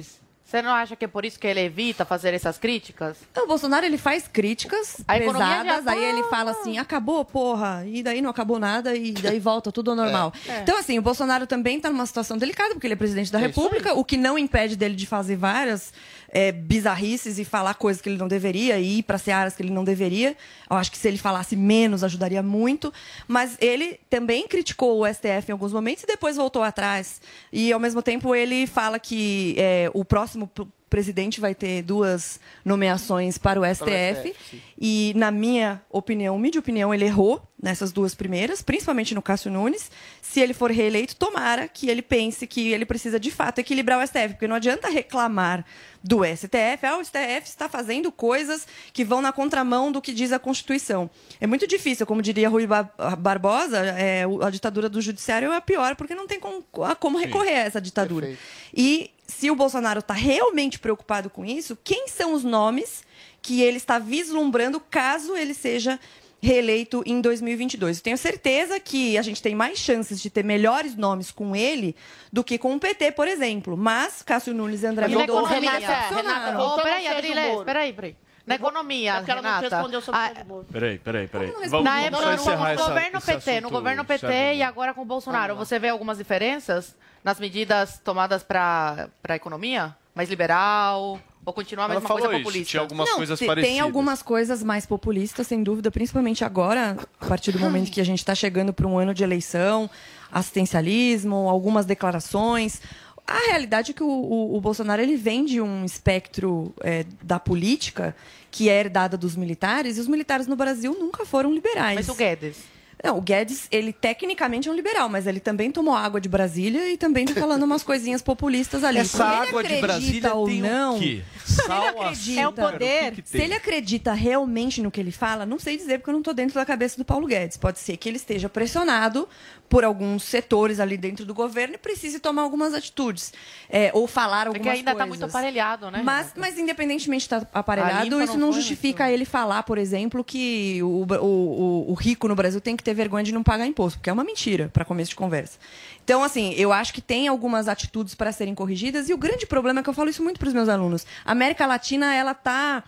Você não acha que é por isso que ele evita fazer essas críticas? O Bolsonaro, ele faz críticas A economia já pesadas, tá- aí ele fala assim, acabou, porra, e daí não acabou nada, e daí volta tudo ao normal. É. Então, assim, o Bolsonaro também está numa situação delicada, porque ele é presidente da É isso República, o que não impede dele de fazer várias é, bizarrices e falar coisas que ele não deveria, e ir para searas que ele não deveria. Eu acho que se ele falasse menos, ajudaria muito. Mas ele também criticou o S T F em alguns momentos e depois voltou atrás. E, ao mesmo tempo, ele fala que é, o próximo presidente vai ter duas nomeações para o S T F. E, na minha opinião, humilde opinião, ele errou nessas duas primeiras, principalmente no Cássio Nunes. Se ele for reeleito, tomara que ele pense que ele precisa, de fato, equilibrar o S T F. Porque não adianta reclamar do S T F. Ah, o S T F está fazendo coisas que vão na contramão do que diz a Constituição. É muito difícil, como diria Rui Barbosa, é, a ditadura do judiciário é a pior, porque não tem como, como recorrer a essa ditadura. Perfeito. E se o Bolsonaro está realmente preocupado com isso, quem são os nomes que ele está vislumbrando caso ele seja reeleito em dois mil e vinte e dois? Eu tenho certeza que a gente tem mais chances de ter melhores nomes com ele do que com o P T, por exemplo. Mas Cássio Nunes e André Renata, Mendonça Renata, decepcionaram. oh, peraí, Adrilés, peraí, peraí. Na economia, porque ela não Renata. respondeu sobre o a- Sérgio Moro. Peraí, peraí, peraí. Na só época, encerrar no essa- governo esse P T, no assunto, governo P T Sérgio e agora com o Bolsonaro, você vê algumas diferenças nas medidas tomadas para a economia? Mais liberal? Ou continua a Ela mesma falou coisa isso, populista? tinha algumas Não, coisas te- parecidas. Tem algumas coisas mais populistas, sem dúvida, principalmente agora, a partir do momento que a gente está chegando para um ano de eleição, assistencialismo, algumas declarações. A realidade é que o, o- o Bolsonaro ele vem de um espectro é, da política que é herdada dos militares, e os militares no Brasil nunca foram liberais. Mas o Guedes? Não, o Guedes, ele tecnicamente é um liberal, mas ele também tomou água de Brasília e também tá falando umas coisinhas populistas ali. Essa Se ele água de acredita Brasília ou tem o não, quê? se ele Sal, acredita, açúcar, É o poder. o que que se tem? ele acredita realmente no que ele fala, não sei dizer porque eu não estou dentro da cabeça do Paulo Guedes. Pode ser que ele esteja pressionado por alguns setores ali dentro do governo e precise tomar algumas atitudes. É, ou falar algumas É que ainda está coisas. muito aparelhado, né? Mas, mas independentemente de estar A aparelhado, limpa isso não não foi justifica ele falar, por exemplo, que o, o, o, o rico no Brasil tem que ter vergonha de não pagar imposto, porque é uma mentira, para começo de conversa. Então, assim, eu acho que tem algumas atitudes para serem corrigidas, e o grande problema é que eu falo isso muito para os meus alunos. A América Latina, ela está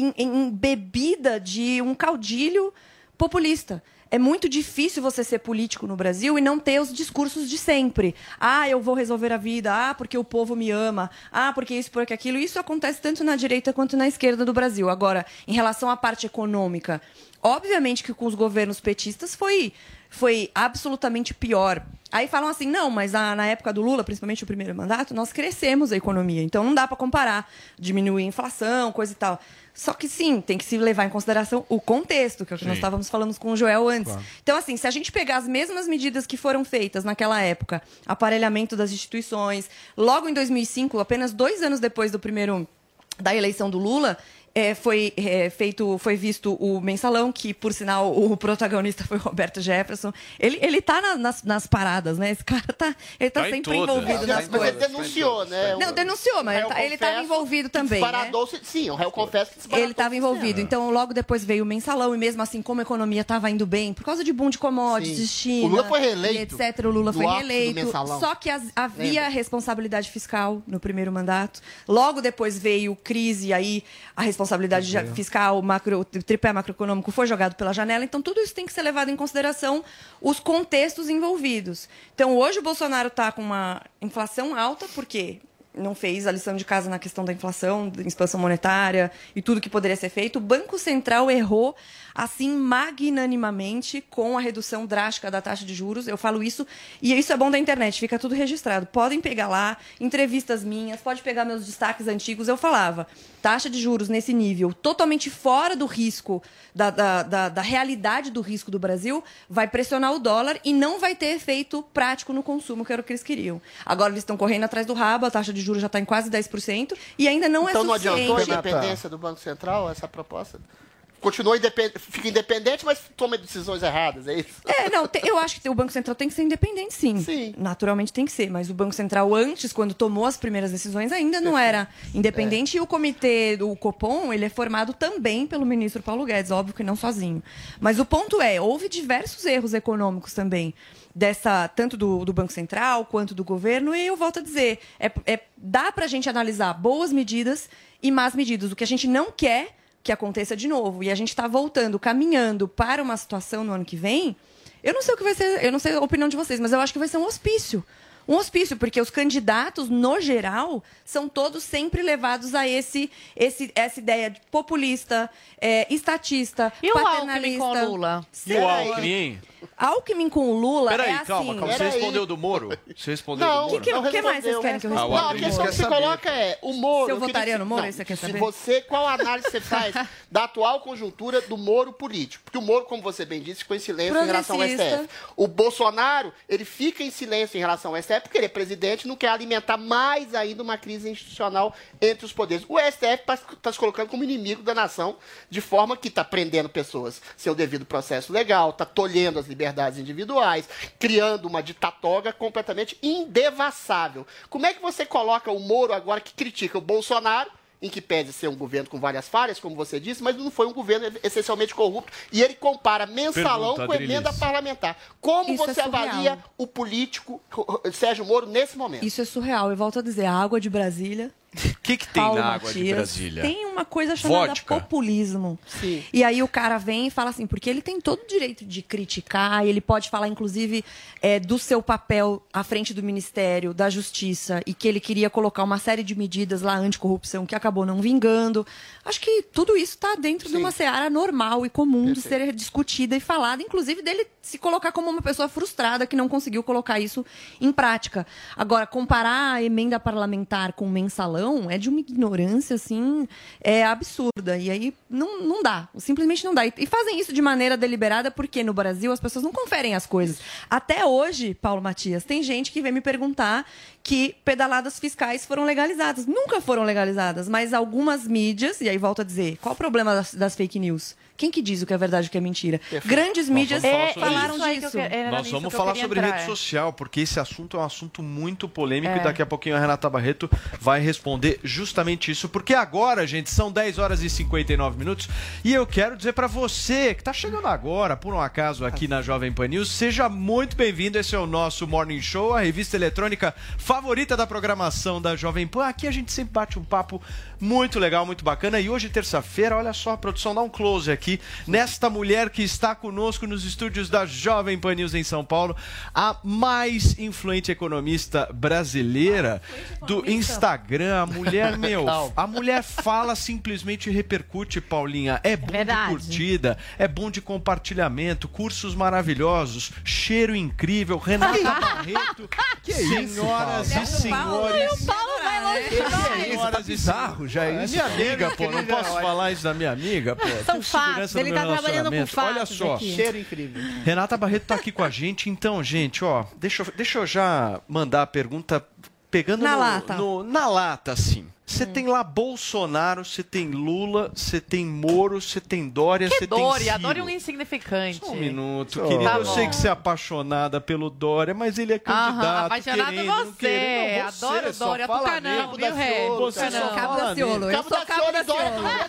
embebida de um caudilho populista. É muito difícil você ser político no Brasil e não ter os discursos de sempre. Ah, eu vou resolver a vida. Ah, porque o povo me ama. Ah, porque isso, porque aquilo. Isso acontece tanto na direita quanto na esquerda do Brasil. Agora, em relação à parte econômica, obviamente que com os governos petistas foi, foi absolutamente pior. Aí falam assim, não, mas a, na época do Lula, principalmente o primeiro mandato, nós crescemos a economia. Então não dá para comparar, diminuir a inflação, coisa e tal. Só que sim, tem que se levar em consideração o contexto, que é o que Sim. nós estávamos falando com o Joel antes. Claro. Então, assim, se a gente pegar as mesmas medidas que foram feitas naquela época, aparelhamento das instituições, logo em dois mil e cinco, apenas dois anos depois do primeiro da eleição do Lula, é, foi é, feito, foi visto o Mensalão, que, por sinal, o protagonista foi o Roberto Jefferson. Ele, ele tá na- nas, nas paradas, né? Esse cara tá, ele tá, Tá em sempre todas. envolvido Mas nas ele coisas. denunciou, né? Não, denunciou, mas ele réu tá- ele estava confesso envolvido que também, né? disparador- Sim, o réu confesso que disparador Ele estava envolvido. Então, logo depois veio o Mensalão, e mesmo assim, como a economia estava indo bem, por causa de boom de commodities, Sim. de China, O Lula foi reeleito e etcétera, o Lula no foi ápice do reeleito. Mensalão. Só que as- havia Lembra? responsabilidade fiscal no primeiro mandato. Logo depois veio crise, aí a responsabilidade Veio. fiscal, macro, o tripé macroeconômico foi jogado pela janela. Então, tudo isso tem que ser levado em consideração os contextos envolvidos. Então, hoje o Bolsonaro está com uma inflação alta, por quê? Não fez a lição de casa na questão da inflação, da expansão monetária e tudo que poderia ser feito. O Banco Central errou, assim, magnanimamente com a redução drástica da taxa de juros. Eu falo isso, e isso é bom da internet, fica tudo registrado. Podem pegar lá, entrevistas minhas, pode pegar meus destaques antigos. Eu falava, taxa de juros nesse nível, totalmente fora do risco, da, da, da, da realidade do risco do Brasil, vai pressionar o dólar e não vai ter efeito prático no consumo, que era o que eles queriam. Agora eles estão correndo atrás do rabo, a taxa de juros já está em quase dez por cento e ainda não então é não suficiente. adiantou a independência do Banco Central, essa proposta? continua independente, fica independente, mas toma decisões erradas, é isso? É, não, te- eu acho que o Banco Central tem que ser independente, sim. Sim. Naturalmente tem que ser, mas o Banco Central antes, quando tomou as primeiras decisões, ainda não era independente. E o comitê do Copom, ele é formado também pelo ministro Paulo Guedes, óbvio que não sozinho. Mas o ponto é, houve diversos erros econômicos também, dessa, tanto do, do Banco Central quanto do governo, e eu volto a dizer, é, é, dá pra gente analisar boas medidas e más medidas. O que a gente não quer que aconteça de novo, e a gente está voltando, caminhando para uma situação no ano que vem, eu não sei o que vai ser, eu não sei a opinião de vocês, mas eu acho que vai ser um hospício. Um hospício, porque os candidatos, no geral, são todos sempre levados a esse, esse, essa ideia de populista, é, estatista, E o paternalista. Alckmin com Lula? E o Alckmin, hein? Alckmin com o Lula Peraí, é assim... calma, calma. Você respondeu do Moro? Você respondeu Não, do Moro? que, que, que mais vocês querem que eu responda? Não, a questão que você coloca é, o Moro... Se eu queria votaria que- no Moro, não, isso você quer se saber? você, qual análise você faz da atual conjuntura do Moro político? Porque o Moro, como você bem disse, ficou em silêncio em relação ao S T F. Progressista. O Bolsonaro, ele fica em silêncio em relação ao S T F porque ele é presidente e não quer alimentar mais ainda uma crise institucional entre os poderes. O S T F está se colocando como inimigo da nação, de forma que está prendendo pessoas sem o devido processo legal, está tolhendo as liberdades individuais, criando uma ditatoga completamente indevassável. Como é que você coloca o Moro agora que critica o Bolsonaro, em que pede ser um governo com várias falhas, como você disse, mas não foi um governo essencialmente corrupto, e ele compara mensalão Pergunta, com emenda Adrilis. parlamentar. Como Isso você é surreal. avalia o político Sérgio Moro nesse momento? Isso é surreal. Eu volto a dizer, a água de Brasília... O que, que tem Paulo na água de Matias, Brasília? Tem uma coisa chamada Vodka. populismo. Sim. E aí o cara vem e fala assim, porque ele tem todo o direito de criticar, e ele pode falar, inclusive, é, do seu papel à frente do Ministério da Justiça, e que ele queria colocar uma série de medidas lá anticorrupção que acabou não vingando. Acho que tudo isso está dentro de uma seara normal e comum de ser discutida e falada, inclusive dele se colocar como uma pessoa frustrada que não conseguiu colocar isso em prática. Agora, comparar a emenda parlamentar com mensalão é de uma ignorância, assim, é absurda. E aí não, não dá, simplesmente não dá. E, e fazem isso de maneira deliberada porque no Brasil as pessoas não conferem as coisas. Até hoje, Paulo Matias, tem gente que vem me perguntar que pedaladas fiscais foram legalizadas. Nunca foram legalizadas, mas algumas mídias, e aí volto a dizer, qual o problema das, das fake news? Quem que diz o que é verdade e o que é mentira? Perfeito. Grandes Nós mídias vamos falar sobre falaram isso. disso. que eu que- era Nós nisso vamos que eu falar queria sobre entrar, rede é. social, porque esse assunto é um assunto muito polêmico É. e daqui a pouquinho a Renata Barreto vai responder justamente isso. Porque agora, gente, são dez horas e cinquenta e nove minutos e eu quero dizer pra você que tá chegando agora, por um acaso, aqui na Jovem Pan News, seja muito bem-vindo. Esse é o nosso Morning Show, a revista eletrônica favorita da programação da Jovem Pan. Aqui a gente sempre bate um papo muito legal, muito bacana. E hoje, terça-feira, olha só, a produção dá um close aqui nesta mulher que está conosco nos estúdios da Jovem Pan News em São Paulo, a mais influente economista brasileira do Instagram. A mulher, meu, a mulher fala, simplesmente repercute, Paulinha. É bom Verdade. de curtida, é bom de compartilhamento, cursos maravilhosos, cheiro incrível, Renata Barreto. Que isso, senhoras Paulo? e senhores. O Paulo vai longe demais. Senhoras e bizarro, já é isso. minha amiga, pô, não querida, posso olha. falar isso da minha amiga, pô. São Tenho fatos, segurança no ele meu tá trabalhando com relacionamento. fatos Olha só, aqui. Cheiro incrível. Renata Barreto tá aqui com a gente, então, gente, ó, deixa, eu- deixa eu já mandar a pergunta pegando Na no- lata. no- na lata, assim. Você tem lá Bolsonaro, você tem Lula, você tem Moro, você tem Dória, Que você tem Dória, Ciro. adore um insignificante. Um minuto, Só. querida. Tá eu sei bom. que você é apaixonada pelo Dória, mas ele é Aham, candidato. apaixonado querendo, por não você. querendo. Não, você Adoro só Dória, fala Tucanão, nele. viu, Ré? Você só Tucanão. Cabo fala da Ciolo. nele. Eu sou Cabo da Ciolo.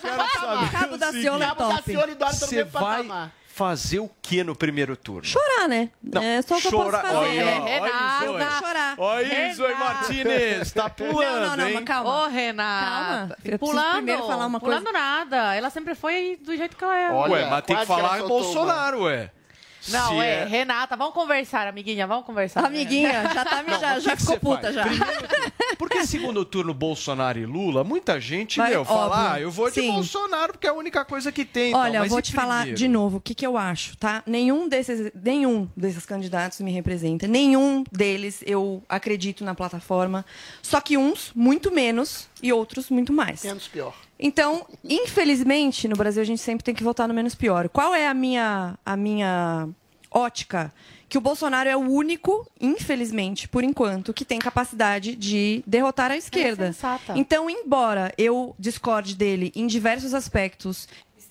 Cabo da Ciolo é Cabo da top. Ciolo e Dória estão no Você mesmo vai patamar. fazer o que no primeiro turno? Chorar, né? Não, é só o que eu chorar- posso fazer. Olha, É, ó, Renata. Eu vou chorar. Olha isso aí, Renata. Martinez. Tá pulando, Não, não, não, hein? mas calma. Ô, Renata. Calma, eu preciso Pulando, primeiro falar uma coisa. pulando nada. Ela sempre foi do jeito que ela é. Olha, Ué, mas tem que quase que ela falar soltou Bolsonaro, ué. Não, Se é, Renata, vamos conversar, amiguinha, vamos conversar. Amiguinha, já, tá, me- Não, já, o que já que ficou você puta faz? já. Primeiro turno. Porque segundo turno Bolsonaro e Lula, muita gente, Vai, meu, fala, óbvio. ah, eu vou de Sim. Bolsonaro porque é a única coisa que tem. e tal. Olha, eu Mas vou e te falar primeiro? de novo o que, que eu acho, tá? Nenhum desses, nenhum desses candidatos me representa. Nenhum deles eu acredito na plataforma. Só que uns muito menos e outros muito mais. Menos pior. Então, infelizmente, no Brasil a gente sempre tem que votar no menos pior. Qual é a minha, a minha ótica? Que o Bolsonaro é o único, infelizmente, por enquanto, que tem capacidade de derrotar a esquerda. sensata. Então, embora eu discorde dele em diversos aspectos,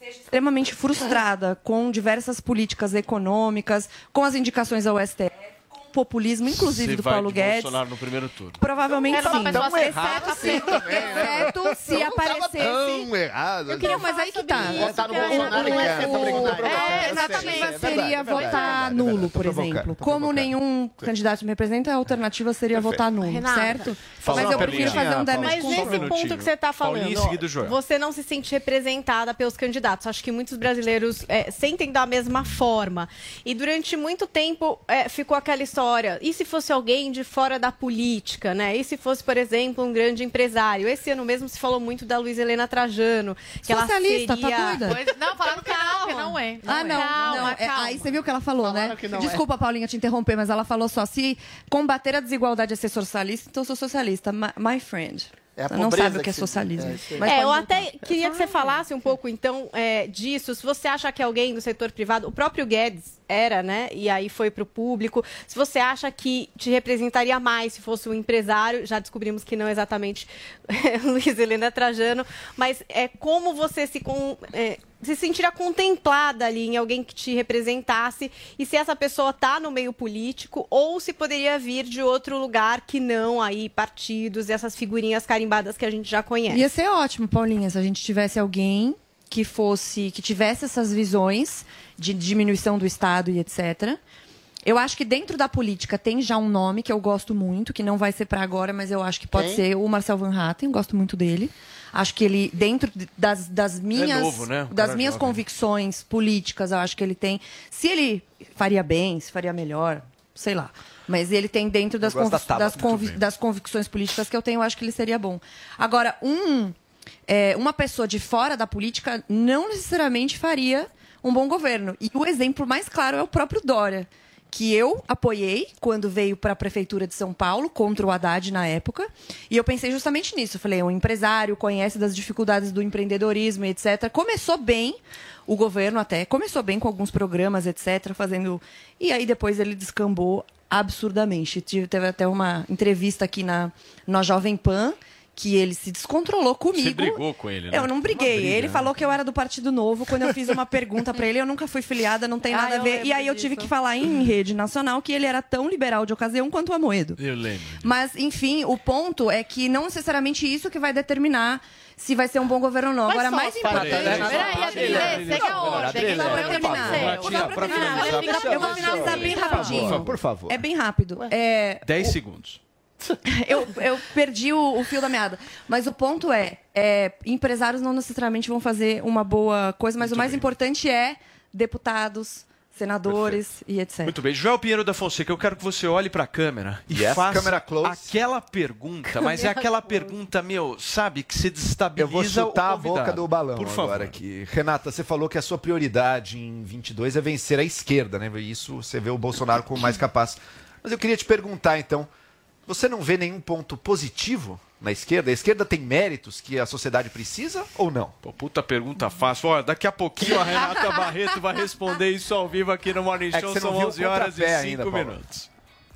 extremamente frustrada com diversas políticas econômicas, com as indicações ao S T F, com o populismo, inclusive Você do vai Paulo de Guedes. Bolsonaro no primeiro turno. Provavelmente Então, sim. era uma pessoa Exceto se, exceto se Não tava aparecesse. tão errado. Eu queria, mas aí que tá. Votar no Bolsonaro e quer essa pergunta. É, exatamente. Seria votar nulo, por exemplo. Como nenhum candidato me representa, a alternativa seria votar nulo, Renata, certo? Fala Mas uma eu prefiro perguntinha, fazer um damage Mas control. nesse ponto que você está falando, Paulinho, ó, seguido, Joel. você não se sente representada pelos candidatos. Acho que muitos brasileiros é, sentem da mesma forma. E durante muito tempo é, ficou aquela história, e se fosse alguém de fora da política, né? E se fosse, por exemplo, um grande empresário? Esse ano mesmo se falou muito da Luiz Helena Trajano. Que Socialista, ela seria... tá doida? Pois- não, falaram que não, que não é. Ah, não, Calma, não. É, calma. aí você viu o que ela falou, Falaram né? que não Desculpa, Paulinha, te interromper, mas ela falou só: se combater a desigualdade é ser socialista, então eu sou socialista. My, my friend. É a Ela não pobreza sabe o que que é se- socialismo. é, isso aí. Mas É, pode eu voltar. até queria que você falasse um pouco, então, é, disso. Se você acha que alguém do setor privado, o próprio Guedes era, né? E aí foi para o público. Se você acha que te representaria mais se fosse um empresário, já descobrimos que não exatamente Luiz Helena Trajano, mas é como você se, com, é, se sentiria contemplada ali em alguém que te representasse e se essa pessoa está no meio político ou se poderia vir de outro lugar que não aí partidos e essas figurinhas carimbadas que a gente já conhece. Ia ser ótimo, Paulinha, se a gente tivesse alguém que fosse, que tivesse essas visões de diminuição do Estado e etcétera. Eu acho que dentro da política tem já um nome que eu gosto muito, que não vai ser para agora, mas eu acho que pode Quem? ser o Marcel Van Hatten, gosto muito dele. Acho que ele, dentro das, das minhas, novo, né? O das cara minhas jovem. convicções políticas, eu acho que ele tem. Se ele faria bem, se faria melhor, sei lá. Mas ele tem dentro das, Eu gosto da convic- Tabata, das, muito convi- bem. das convicções políticas que eu tenho, eu acho que ele seria bom. Agora, um, é, uma pessoa de fora da política não necessariamente faria um bom governo. E o exemplo mais claro é o próprio Dória, que eu apoiei quando veio para a Prefeitura de São Paulo, contra o Haddad na época. E eu pensei justamente nisso. Eu falei, é um empresário, conhece das dificuldades do empreendedorismo, etcétera. Começou bem, o governo até, começou bem com alguns programas, etcétera, fazendo... E aí depois ele descambou absurdamente. Tive- Teve até uma entrevista aqui na, na Jovem Pan, que ele se descontrolou comigo. Você brigou com ele, né? Eu não briguei. Uma briga, Ele né? falou que eu era do Partido Novo. Quando eu fiz uma pergunta pra ele, eu nunca fui filiada, não tem Ah, nada a eu ver. lembro E aí eu tive disso. que falar em rede nacional que ele era tão liberal de ocasião quanto o Amoedo. Eu lembro. Mas, enfim, o ponto é que não necessariamente isso que vai determinar se vai ser um bom governo ou não. Mas Agora, só mais para- importante... Peraí, Adrilê, chega onde? Só pra eu terminar. Renatinha, Só pra pra terminar. finalizar, Eu vou finalizar bem rapidinho. Por favor. É bem rápido. É, dez segundos. eu, eu perdi o, o fio da meada. Mas o ponto é, é, empresários não necessariamente vão fazer uma boa coisa, mas o mais importante é deputados, senadores e etcétera. Muito bem. Joel Pinheiro da Fonseca, eu quero que você olhe para a câmera e Yes, faça câmera close. aquela pergunta, mas é aquela pergunta, meu, sabe, que se destabiliza Eu vou chutar o a boca convidado. do balão Por agora favor. aqui. Renata, você falou que a sua prioridade em vinte e dois é vencer a esquerda, né? Isso você vê o Bolsonaro como mais capaz. Mas eu queria te perguntar, então, você não vê nenhum ponto positivo na esquerda? A esquerda tem méritos que a sociedade precisa ou não? Pô, puta pergunta fácil. Olha, daqui a pouquinho a Renata Barreto vai responder isso ao vivo aqui no Morning É que Show. você não São viu o onze horas e contrapé cinco ainda, Paula. minutos.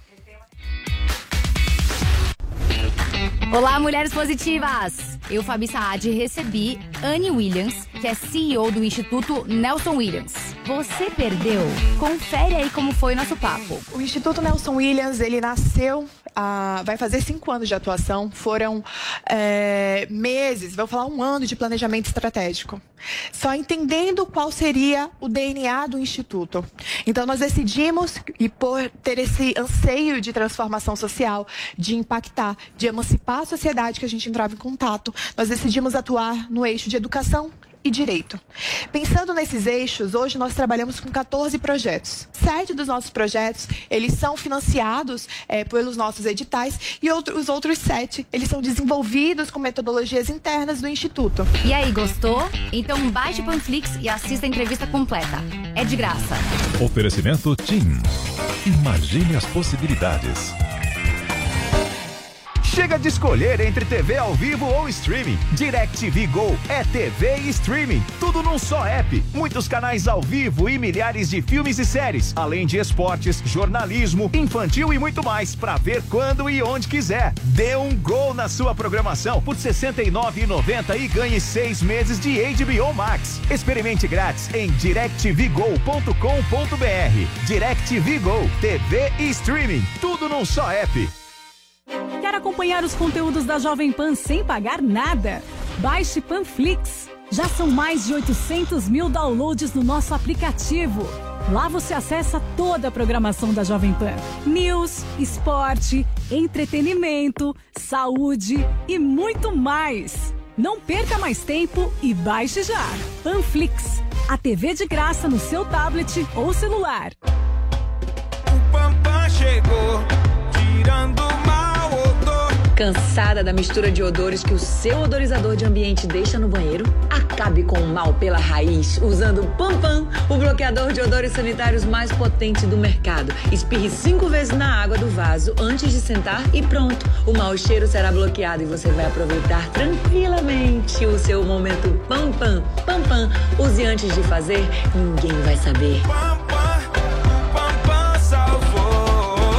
Olá, mulheres positivas! Eu, Fabi Saad, recebi Anne Williams, que é C E O do Instituto Nelson Williams. Você perdeu? Confere aí como foi o nosso papo. O Instituto Nelson Williams, ele nasceu, ah, vai fazer cinco anos de atuação, foram é, meses, vou falar um ano de planejamento estratégico. Só entendendo qual seria o D N A do Instituto. Então nós decidimos, e por ter esse anseio de transformação social, de impactar, de emancipar a sociedade que a gente entrava em contato, nós decidimos atuar no eixo de educação e direito. Pensando nesses eixos, hoje nós trabalhamos com quatorze projetos. Sete dos nossos projetos, eles são financiados é, pelos nossos editais e outro, os outros sete, eles são desenvolvidos com metodologias internas do Instituto. E aí, gostou? Então baixe o Panflix e assista a entrevista completa. É de graça. Oferecimento TIM. Imagine as possibilidades. Chega de escolher entre T V ao vivo ou streaming. DirecTV Go é T V e streaming, tudo num só app. Muitos canais ao vivo e milhares de filmes e séries, além de esportes, jornalismo, infantil e muito mais, pra ver quando e onde quiser. Dê um gol na sua programação por sessenta e nove reais e noventa centavos e ganhe seis meses de H B O Max. Experimente grátis em direct v go ponto com ponto b r. DirecTV Go, T V e streaming, tudo num só app. Quer acompanhar os conteúdos da Jovem Pan sem pagar nada? Baixe Panflix. Já são mais de oitocentos mil downloads no nosso aplicativo. Lá você acessa toda a programação da Jovem Pan. News, esporte, entretenimento, saúde e muito mais. Não perca mais tempo e baixe já. Panflix, a T V de graça no seu tablet ou celular. O Pampam chegou, tirando mau odor. Cansada da mistura de odores que o seu odorizador de ambiente deixa no banheiro? Acabe com o mal pela raiz usando o Pampam, o bloqueador de odores sanitários mais potente do mercado. Espirre cinco vezes na água do vaso antes de sentar e pronto. O mau cheiro será bloqueado e você vai aproveitar tranquilamente o seu momento Pampam. Pampam, use antes de fazer, ninguém vai saber. Pampam, Pampam salvou.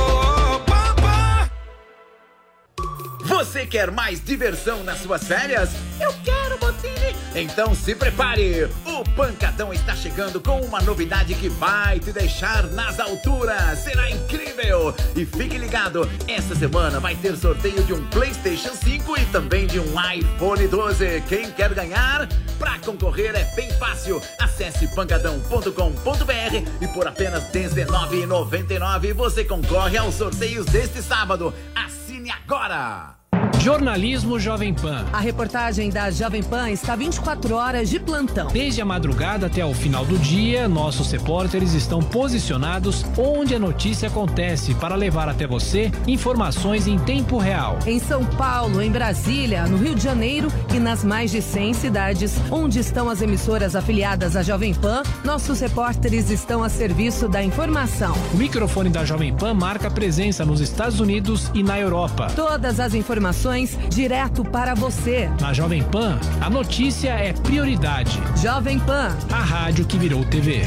Você quer mais diversão nas suas férias? Eu quero, Botini! Então se prepare! O Pancadão está chegando com uma novidade que vai te deixar nas alturas! Será incrível! E fique ligado, essa semana vai ter sorteio de um PlayStation cinco e também de um iPhone doze. Quem quer ganhar? Pra concorrer é bem fácil. Acesse pancadão ponto com ponto b r e por apenas dezenove reais e noventa e nove centavos você concorre aos sorteios deste sábado. Assine agora! Jornalismo Jovem Pan. A reportagem da Jovem Pan está vinte e quatro horas de plantão. Desde a madrugada até o final do dia, nossos repórteres estão posicionados onde a notícia acontece para levar até você informações em tempo real. Em São Paulo, em Brasília, no Rio de Janeiro e nas mais de cem cidades onde estão as emissoras afiliadas à Jovem Pan, nossos repórteres estão a serviço da informação. O microfone da Jovem Pan marca presença nos Estados Unidos e na Europa. Todas as informações direto para você. Na Jovem Pan, a notícia é prioridade. Jovem Pan, a rádio que virou T V.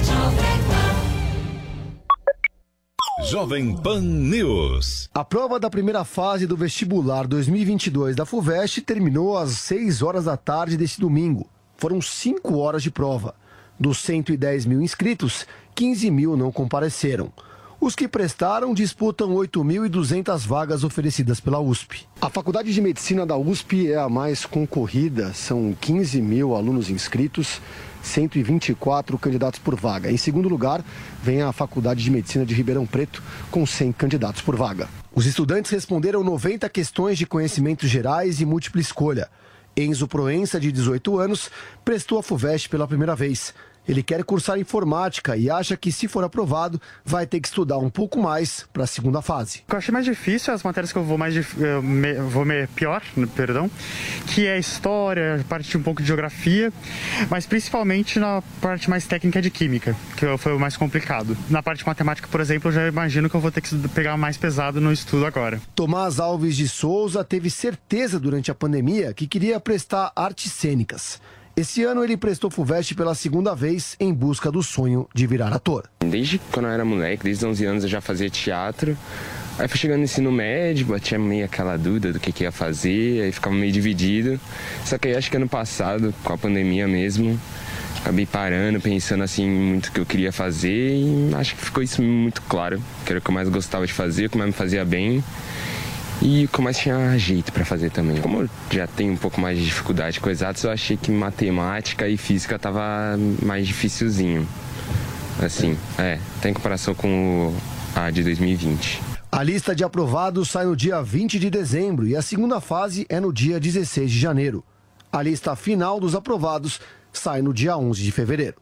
Jovem Pan News. A prova da primeira fase do vestibular dois mil e vinte e dois da FUVEST terminou às seis horas da tarde deste domingo. Foram cinco horas de prova. Dos cento e dez mil inscritos, quinze mil não compareceram. Os que prestaram disputam oito mil e duzentas vagas oferecidas pela U S P. A Faculdade de Medicina da U S P é a mais concorrida, são quinze mil alunos inscritos, cento e vinte e quatro candidatos por vaga. Em segundo lugar, vem a Faculdade de Medicina de Ribeirão Preto, com cem candidatos por vaga. Os estudantes responderam noventa questões de conhecimentos gerais e múltipla escolha. Enzo Proença, de dezoito anos, prestou a FUVEST pela primeira vez. Ele quer cursar informática e acha que, se for aprovado, vai ter que estudar um pouco mais para a segunda fase. O que eu achei mais difícil, as matérias que eu vou mais dif... eu me... vou me... pior, perdão, que é história, parte um pouco de geografia, mas principalmente na parte mais técnica de química, que foi o mais complicado. Na parte de matemática, por exemplo, eu já imagino que eu vou ter que pegar mais pesado no estudo agora. Tomás Alves de Souza teve certeza durante a pandemia que queria prestar artes cênicas. Esse ano ele prestou FUVEST pela segunda vez em busca do sonho de virar ator. Desde quando eu era moleque, desde onze anos eu já fazia teatro. Aí fui chegando no ensino médio, tinha meio aquela dúvida do que, que ia fazer, aí ficava meio dividido. Só que aí acho que ano passado, com a pandemia mesmo, acabei parando, pensando assim muito o que eu queria fazer e acho que ficou isso muito claro. Que era o que eu mais gostava de fazer, o que mais me fazia bem. E o que eu mais tinha jeito para fazer também. Como eu já tenho um pouco mais de dificuldade com exatos, eu achei que matemática e física tava mais dificilzinho. Assim, é, até em comparação com a de dois mil e vinte. A lista de aprovados sai no dia vinte de dezembro e a segunda fase é no dia dezesseis de janeiro. A lista final dos aprovados sai no dia onze de fevereiro.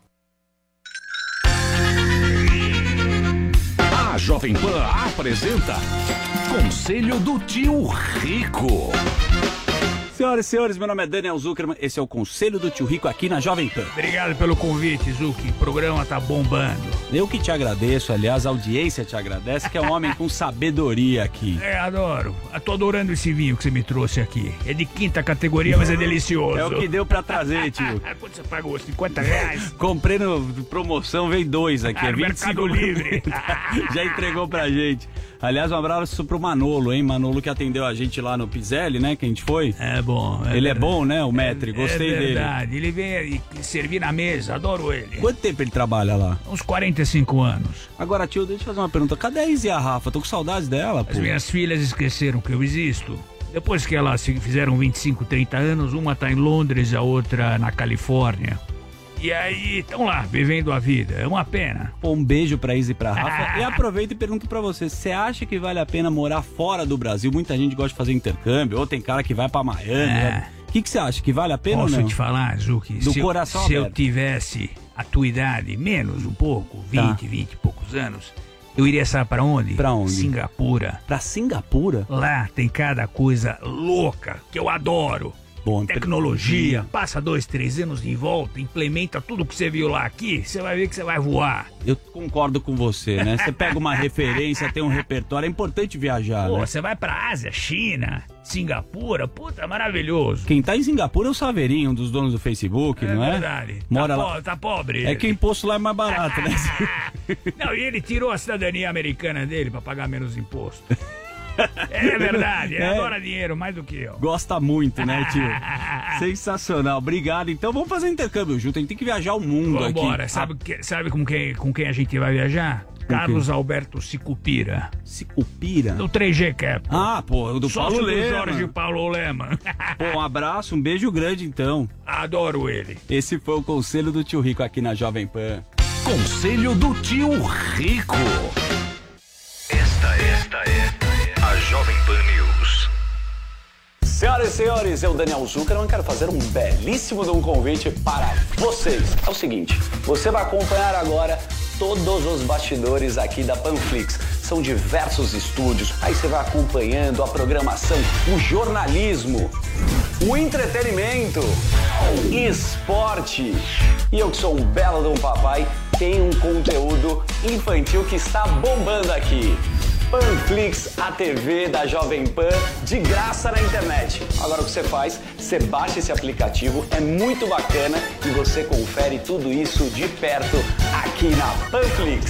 A Jovem Pan apresenta Conselho do Tio Rico. Senhoras e senhores, meu nome é Daniel Zuckerman, esse é o Conselho do Tio Rico aqui na Jovem Pan. Obrigado pelo convite, Zuki. O programa tá bombando. Eu que te agradeço, aliás, a audiência te agradece, que é um homem com sabedoria aqui. É, adoro. Eu tô adorando esse vinho que você me trouxe aqui. É de quinta categoria, mas é delicioso. É o que deu pra trazer, tio. Quanto você pagou? cinquenta reais? Comprei no promoção, veio dois aqui, Ah, é no vinte e Mercado cinco. Livre. Já entregou pra gente. Aliás, um abraço pro Manolo, hein? Manolo que atendeu a gente lá no Pizelli, né? Que a gente foi. É bom. É ele verdade. é bom, né? O Metri, gostei é dele. verdade. Ele vem servir na mesa, adoro ele. Quanto tempo ele trabalha lá? Uns quarenta e cinco anos. Agora, tio, deixa eu fazer uma pergunta. Cadê a Isa e a Rafa? Tô com saudades dela, pô. As minhas filhas esqueceram que eu existo. Depois que elas fizeram vinte e cinco, trinta anos, uma tá em Londres, a outra na Califórnia. E aí, estão lá, vivendo a vida. É uma pena. Pô, um beijo pra Isa e pra Rafa. E aproveito e pergunto pra você, você acha que vale a pena morar fora do Brasil? Muita gente gosta de fazer intercâmbio, ou tem cara que vai pra Miami. É. O que, que você acha? Que vale a pena Posso ou não? te falar, Zuki? Do se coração eu, se eu aberto. tivesse a tua idade, menos um pouco, vinte, Tá. vinte e poucos anos, eu iria, sabe pra onde? Pra onde? Singapura. Pra Singapura? Lá tem cada coisa louca que eu adoro. Bom, tecnologia, passa dois, três anos de volta, implementa tudo que você viu lá aqui, você vai ver que você vai voar. Eu concordo com você, né? Você pega uma referência, tem um repertório, é importante viajar, Pô, né? você vai pra Ásia, China, Singapura, puta, maravilhoso. Quem tá em Singapura é o Saveirinho, um dos donos do Facebook, É não é? verdade. Mora tá, lá. po- tá pobre. É que o imposto lá é mais barato, né? Não, e ele tirou a cidadania americana dele pra pagar menos imposto. É verdade, ele É. adora dinheiro mais do que eu. Gosta muito, né, tio? Sensacional. Obrigado. Então vamos fazer um intercâmbio junto. A gente tem que viajar o mundo aqui. Vambora, sabe, que, sabe com, quem, com quem a gente vai viajar? Carlos Alberto Sicupira. Sicupira? Do três G Cap. Ah, pô, do Sócio Paulo do Lema. Jorge Paulo Lema. Pô, um abraço, um beijo grande então. Adoro ele. Esse foi o Conselho do Tio Rico aqui na Jovem Pan. Conselho do Tio Rico. Esta, esta é a Jovem Pan News. Senhoras e senhores, eu, Daniel Zuckerman, quero fazer um belíssimo de um convite para vocês. É o seguinte, você vai acompanhar agora todos os bastidores aqui da Panflix. São diversos estúdios, aí você vai acompanhando a programação, o jornalismo, o entretenimento, esporte. E eu que sou um belo de um papai, tenho um conteúdo infantil que está bombando aqui. Panflix, a T V da Jovem Pan, de graça na internet. Agora o que você faz? Você baixa esse aplicativo, é muito bacana e você confere tudo isso de perto aqui na Panflix.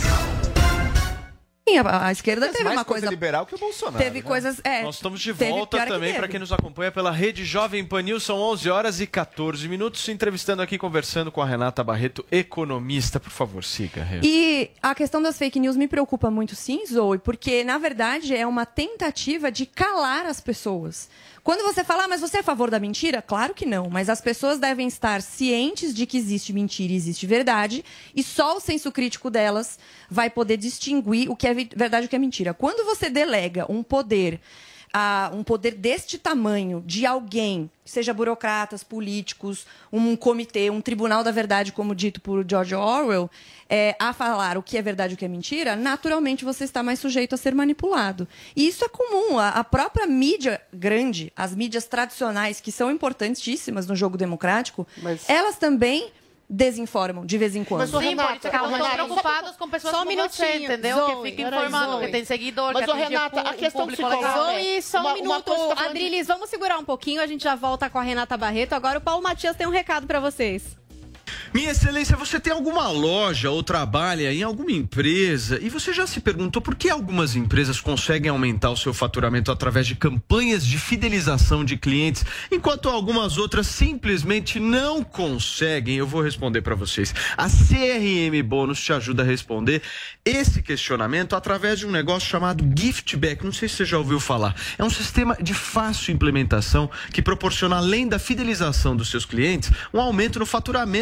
Sim, a, a esquerda teve mais uma coisa coisa liberal que o Bolsonaro. Teve né? coisas. É, Nós estamos de teve volta pior que também teve. para quem nos acompanha pela rede Jovem Pan News. São onze horas e quatorze minutos. Entrevistando aqui, conversando com a Renata Barreto, economista. Por favor, siga. Rê. E a questão das fake news me preocupa muito, sim, Zoe, porque, na verdade, é uma tentativa de calar as pessoas. Quando você fala, ah, mas você é a favor da mentira? Claro que não, mas as pessoas devem estar cientes de que existe mentira e existe verdade, e só o senso crítico delas vai poder distinguir o que é vi- verdade e o que é mentira. Quando você delega um poder, ah, um poder deste tamanho de alguém, seja burocratas, políticos, um comitê, um tribunal da verdade, como dito por George Orwell, é, a falar o que é verdade e o que é mentira, naturalmente você está mais sujeito a ser manipulado. E isso é comum. A, a própria mídia grande, as mídias tradicionais, que são importantíssimas no jogo democrático, elas também desinformam de vez em quando. Mas, ô, Sim, Renata, por isso que elas ô, estão Renata, preocupadas com pessoas só um como você, minutinho, entendeu? Zoe, que fica peraí, informando, Zoe. que tem seguidor, Mas, que ô, atinge Renata, um a questão público psicológica- legal. Zoe, só um Uma- uma minuto. coisa que eu tô falando de- Adriles, vamos segurar um pouquinho, a gente já volta com a Renata Barreto. Agora o Paulo Matias tem um recado para vocês. Minha Excelência, você tem alguma loja ou trabalha em alguma empresa e você já se perguntou por que algumas empresas conseguem aumentar o seu faturamento através de campanhas de fidelização de clientes, enquanto algumas outras simplesmente não conseguem? Eu vou responder para vocês. A C R M Bônus te ajuda a responder esse questionamento através de um negócio chamado Giftback. Não sei se você já ouviu falar. É um sistema de fácil implementação que proporciona, além da fidelização dos seus clientes, um aumento no faturamento da receita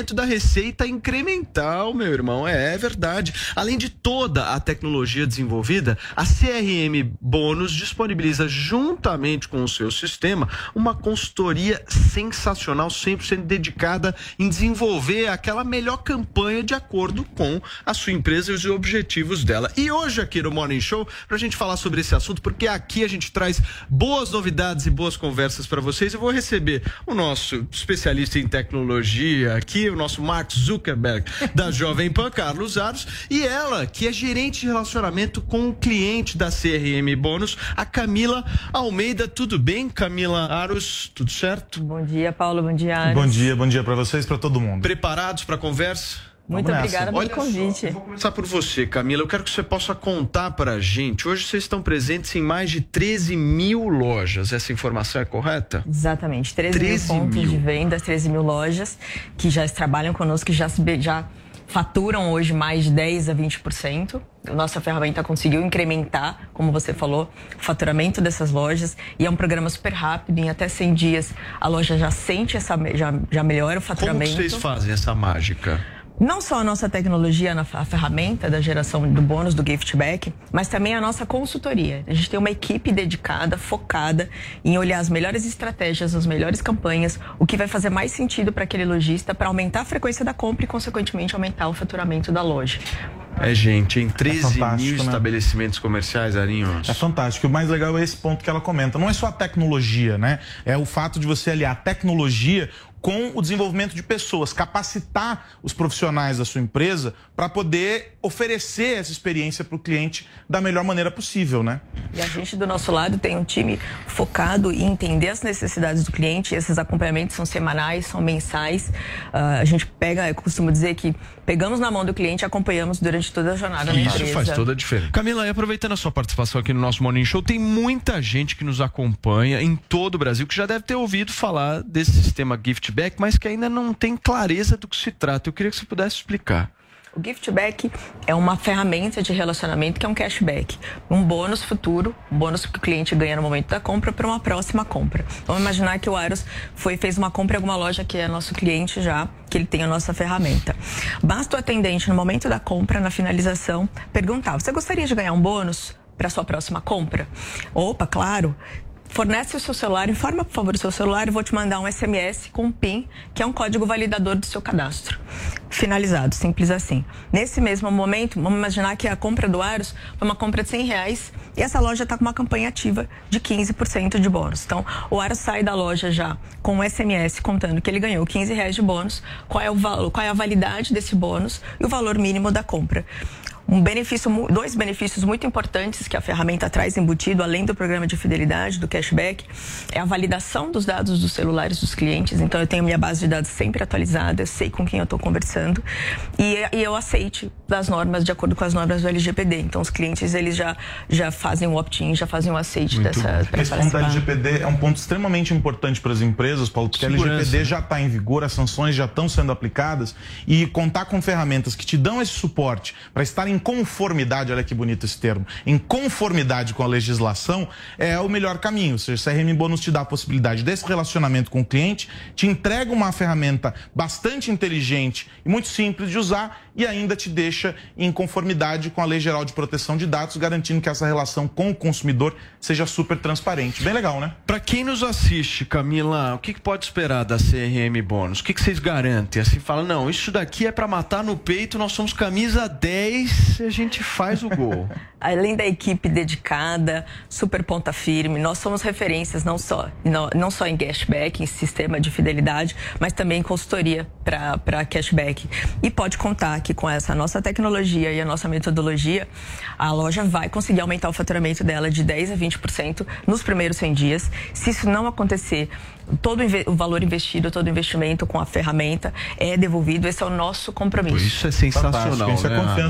receita incremental, meu irmão. É, é verdade. Além de toda a tecnologia desenvolvida, a C R M Bônus disponibiliza, juntamente com o seu sistema, uma consultoria sensacional, cem por cento dedicada em desenvolver aquela melhor campanha de acordo com a sua empresa e os objetivos dela. E hoje aqui no Morning Show, pra gente falar sobre esse assunto, porque aqui a gente traz boas novidades e boas conversas para vocês. Eu vou receber o nosso especialista em tecnologia aqui, o nosso Mark Zuckerberg da Jovem Pan, Carlos Aros, e ela, que é gerente de relacionamento com o cliente da C R M Bônus, a Camila Almeida. Tudo bem, Camila Aros? Tudo certo? Bom dia, Paulo. Bom dia, Aros. Bom dia, bom dia para vocês, para todo mundo. Preparados para a conversa? Muito obrigada pelo convite. Vou começar por você, Camila. Eu quero que você possa contar para a gente. Hoje vocês estão presentes em mais de treze mil lojas. Essa informação é correta? Exatamente. treze mil pontos de venda, treze mil lojas que já trabalham conosco, que já, já faturam hoje mais de dez a vinte por cento. Nossa ferramenta conseguiu incrementar, como você falou, o faturamento dessas lojas, e é um programa super rápido. Em até cem dias a loja já sente essa, já, já melhora o faturamento. Como vocês fazem essa mágica? Não só a nossa tecnologia, a ferramenta da geração do bônus, do gift back, mas também a nossa consultoria. A gente tem uma equipe dedicada, focada em olhar as melhores estratégias, as melhores campanhas, o que vai fazer mais sentido para aquele lojista, para aumentar a frequência da compra e, consequentemente, aumentar o faturamento da loja. É, gente, em treze é mil estabelecimentos né? comerciais, Arinhos. É fantástico. O mais legal é esse ponto que ela comenta. Não é só a tecnologia, né? É o fato de você aliar a tecnologia com o desenvolvimento de pessoas, capacitar os profissionais da sua empresa para poder oferecer essa experiência para o cliente da melhor maneira possível, né? E a gente, do nosso lado, tem um time focado em entender as necessidades do cliente. Esses acompanhamentos são semanais, são mensais. Uh, a gente pega, eu costumo dizer que pegamos na mão do cliente e acompanhamos durante toda a jornada da empresa. Isso faz toda a diferença. Camila, e aproveitando a sua participação aqui no nosso Morning Show, tem muita gente que nos acompanha em todo o Brasil que já deve ter ouvido falar desse sistema Gift Back, mas que ainda não tem clareza do que se trata. Eu queria que você pudesse explicar. O gift back é uma ferramenta de relacionamento que é um cashback, um bônus futuro, um bônus que o cliente ganha no momento da compra para uma próxima compra. Vamos imaginar que o Aros foi, fez uma compra em alguma loja que é nosso cliente já, que ele tem a nossa ferramenta. Basta o atendente, no momento da compra, na finalização, perguntar: você gostaria de ganhar um bônus para sua próxima compra? Opa, claro! Fornece o seu celular, informa, por favor, o seu celular, eu vou te mandar um S M S com um PIN, que é um código validador do seu cadastro. Finalizado, simples assim. Nesse mesmo momento, vamos imaginar que a compra do Aros foi uma compra de cem reais e essa loja está com uma campanha ativa de quinze por cento de bônus. Então, o Aros sai da loja já com um S M S contando que ele ganhou quinze reais de bônus, qual é o valor, qual é a validade desse bônus e o valor mínimo da compra. Um benefício, dois benefícios muito importantes que a ferramenta traz embutido, além do programa de fidelidade, do cashback, é a validação dos dados dos celulares dos clientes. Então, eu tenho minha base de dados sempre atualizada, eu sei com quem eu estou conversando e, e eu aceite das normas, de acordo com as normas do L G P D. Então, os clientes, eles já, já fazem o opt-in, já fazem o aceite muito dessa... Esse ponto da L G P D é um ponto extremamente importante para as empresas, Paulo, porque Segurança, a L G P D já está em vigor, as sanções já estão sendo aplicadas e contar com ferramentas que te dão esse suporte para estar em conformidade, olha que bonito esse termo, em conformidade com a legislação, é o melhor caminho. Ou seja, o C R M Bônus te dá a possibilidade desse relacionamento com o cliente, te entrega uma ferramenta bastante inteligente e muito simples de usar e ainda te deixa em conformidade com a Lei Geral de Proteção de Dados, garantindo que essa relação com o consumidor seja super transparente. Bem legal, né? Para quem nos assiste, Camila, o que pode esperar da C R M Bônus? O que vocês garantem? Assim, fala, não, isso daqui é para matar no peito, nós somos camisa dez e a gente faz o gol. Além da equipe dedicada, super ponta firme, nós somos referências não só, não, não só em cashback, em sistema de fidelidade, mas também em consultoria para cashback. E pode contar que com essa nossa tecnologia e a nossa metodologia, a loja vai conseguir aumentar o faturamento dela de dez a vinte por cento nos primeiros cem dias. Se isso não acontecer, todo o valor investido, todo o investimento com a ferramenta é devolvido. Esse é o nosso compromisso. Isso é sensacional, Fantástico. Isso né? é confiança no produto.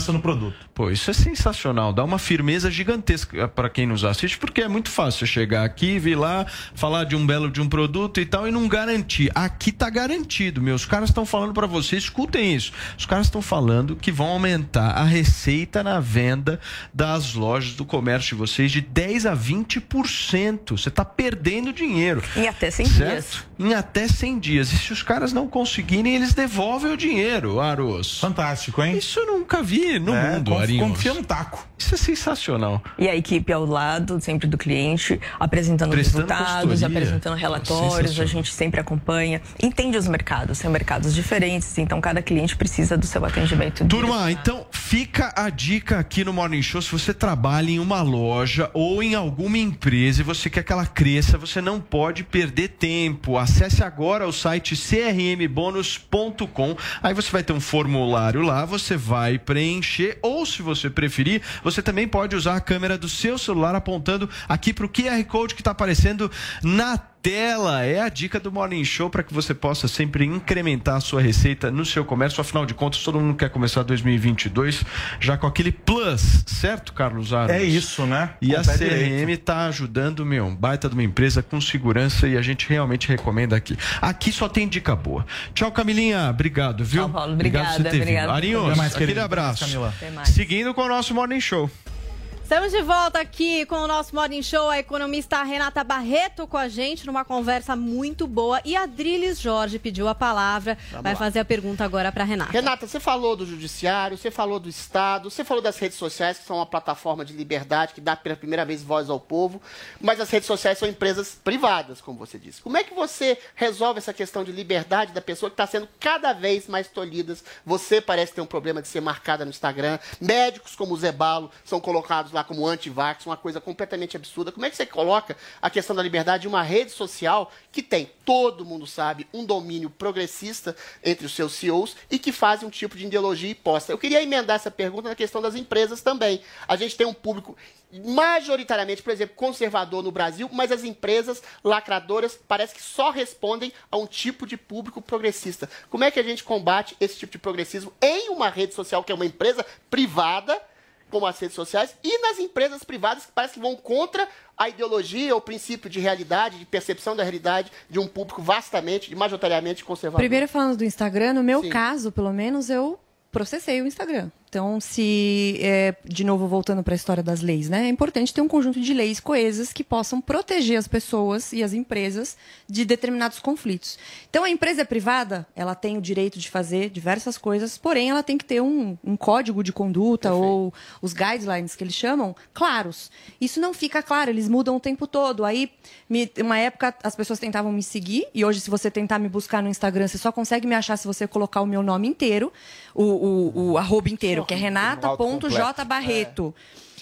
produto. Pô, isso é sensacional, dá uma firmeza gigantesca para quem nos assiste, porque é muito fácil chegar aqui, vir lá, falar de um belo de um produto e tal, e não garantir. Aqui tá garantido, meus caras estão falando para vocês, escutem isso, os caras estão falando que vão aumentar a receita na venda das lojas do comércio de vocês de dez a vinte por cento. Você tá perdendo dinheiro. Em até cem certo? dias. Em até cem dias. E se os caras não conseguirem, eles devolvem o dinheiro, Aros. Fantástico, hein? Isso eu nunca vi no É, mundo, conf- Arinhos. confia no taco. Isso é sensacional. E a equipe ao lado, sempre do cliente, apresentando Prestando resultados, consultoria. apresentando relatórios, a Sensacional. gente sempre acompanha, entende os mercados, são mercados diferentes, então cada cliente precisa do seu atendimento. Turma, então fica a dica aqui no Morning Show. Se você trabalha em uma loja ou em alguma empresa e você quer que ela cresça, você não pode perder tempo. Acesse agora o site c r m bônus ponto com. Aí você vai ter um formulário lá, você vai preencher, ou se você preferir, você também pode usar a câmera do seu celular apontando aqui para o Q R Code que está aparecendo na tela. É a dica do Morning Show para que você possa sempre incrementar a sua receita no seu comércio. Afinal de contas, todo mundo quer começar dois mil e vinte e dois já com aquele plus, certo, Carlos Aros? É isso, né? E Com a o pé C R M direito. está ajudando, meu, um baita de uma empresa com segurança e a gente realmente recomenda aqui. Aqui só tem dica boa. Tchau, Camilinha. Obrigado, viu? Tchau, Paulo. Obrigado por Obrigada, você ter obrigada. vindo. Arinhos, Até mais, aquele querido. abraço. Camila. Até mais. Seguindo com o nosso Morning Show. Estamos de volta aqui com o nosso Morning Show, a economista Renata Barreto com a gente numa conversa muito boa. E a Adriles Jorge pediu a palavra, Vamos vai lá. fazer a pergunta agora para Renata. Renata, você falou do judiciário, você falou do Estado, você falou das redes sociais, que são uma plataforma de liberdade que dá pela primeira vez voz ao povo, mas as redes sociais são empresas privadas, como você disse. Como é que você resolve essa questão de liberdade da pessoa que está sendo cada vez mais tolhida? Você parece ter um problema de ser marcada no Instagram, médicos como o Zebalo são colocados lá como anti-vax, uma coisa completamente absurda. Como é que você coloca a questão da liberdade de uma rede social que tem, todo mundo sabe, um domínio progressista entre os seus C E Os e que fazem um tipo de ideologia imposta? Eu queria emendar essa pergunta na questão das empresas também. A gente tem um público majoritariamente, por exemplo, conservador no Brasil, mas as empresas lacradoras parece que só respondem a um tipo de público progressista. Como é que a gente combate esse tipo de progressismo em uma rede social que é uma empresa privada, como as redes sociais, e nas empresas privadas que parece que vão contra a ideologia, o princípio de realidade, de percepção da realidade de um público vastamente e majoritariamente conservador? Primeiro falando do Instagram, no meu Sim. caso, pelo menos, eu processei o Instagram. Então, se, é, de novo, voltando para a história das leis, né? É importante ter um conjunto de leis coesas que possam proteger as pessoas e as empresas de determinados conflitos. Então, a empresa é privada, ela tem o direito de fazer diversas coisas, porém, ela tem que ter um, um código de conduta Perfeito. Ou os guidelines, que eles chamam, claros. Isso não fica claro, eles mudam o tempo todo. Aí, me, uma época, as pessoas tentavam me seguir, e hoje, se você tentar me buscar no Instagram, você só consegue me achar se você colocar o meu nome inteiro, o, o, o arroba inteiro, que é renata ponto j barreto.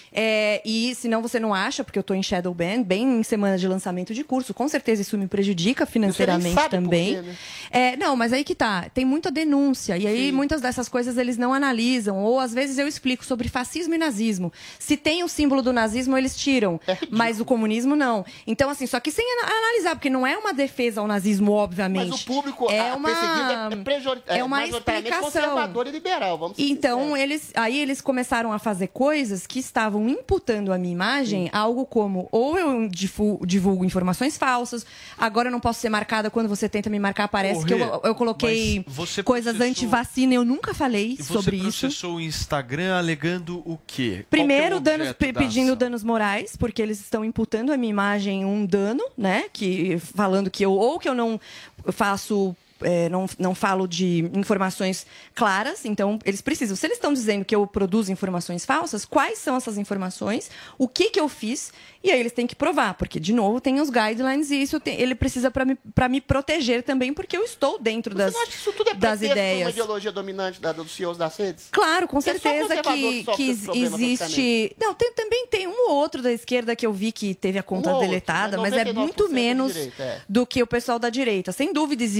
É, e senão você não acha, porque eu estou em shadow ban, bem em semana de lançamento de curso, com certeza isso me prejudica financeiramente sabe também. por quê, né? É, não, mas aí que tá, tem muita denúncia, e aí Sim. muitas dessas coisas eles não analisam, ou às vezes eu explico sobre fascismo e nazismo. Se tem o símbolo do nazismo, eles tiram, é mas o comunismo não. Então, assim, só que sem analisar, porque não é uma defesa ao nazismo, obviamente. Mas o público é uma, é, prejor... é uma explicação conservador e liberal, vamos ser Então, eles, aí eles começaram a fazer coisas que estavam imputando a minha imagem Sim. algo como, ou eu divulgo, divulgo informações falsas, agora eu não posso ser marcada quando você tenta me marcar, parece Correr, que eu, eu coloquei coisas processou... anti-vacina, eu nunca falei e sobre isso. Você processou o Instagram alegando o quê? Primeiro, é o danos, pedindo danos morais, porque eles estão imputando a minha imagem um dano, né, que, falando que eu, ou que eu não faço... É, não, não falo de informações claras, então eles precisam. Se eles estão dizendo que eu produzo informações falsas, quais são essas informações, o que, que eu fiz, e aí eles têm que provar, porque, de novo, tem os guidelines e isso tem, ele precisa para me, para me proteger também, porque eu estou dentro Você das, não acha que isso tudo é das ideias. Uma ideologia dominante da, dos C E Os das redes? Claro, com certeza que, que, que existe... Não, tem, também tem um ou outro da esquerda que eu vi que teve a conta um deletada, outro, mas, mas é muito menos direita, é. do que o pessoal da direita. Sem dúvida existe viés.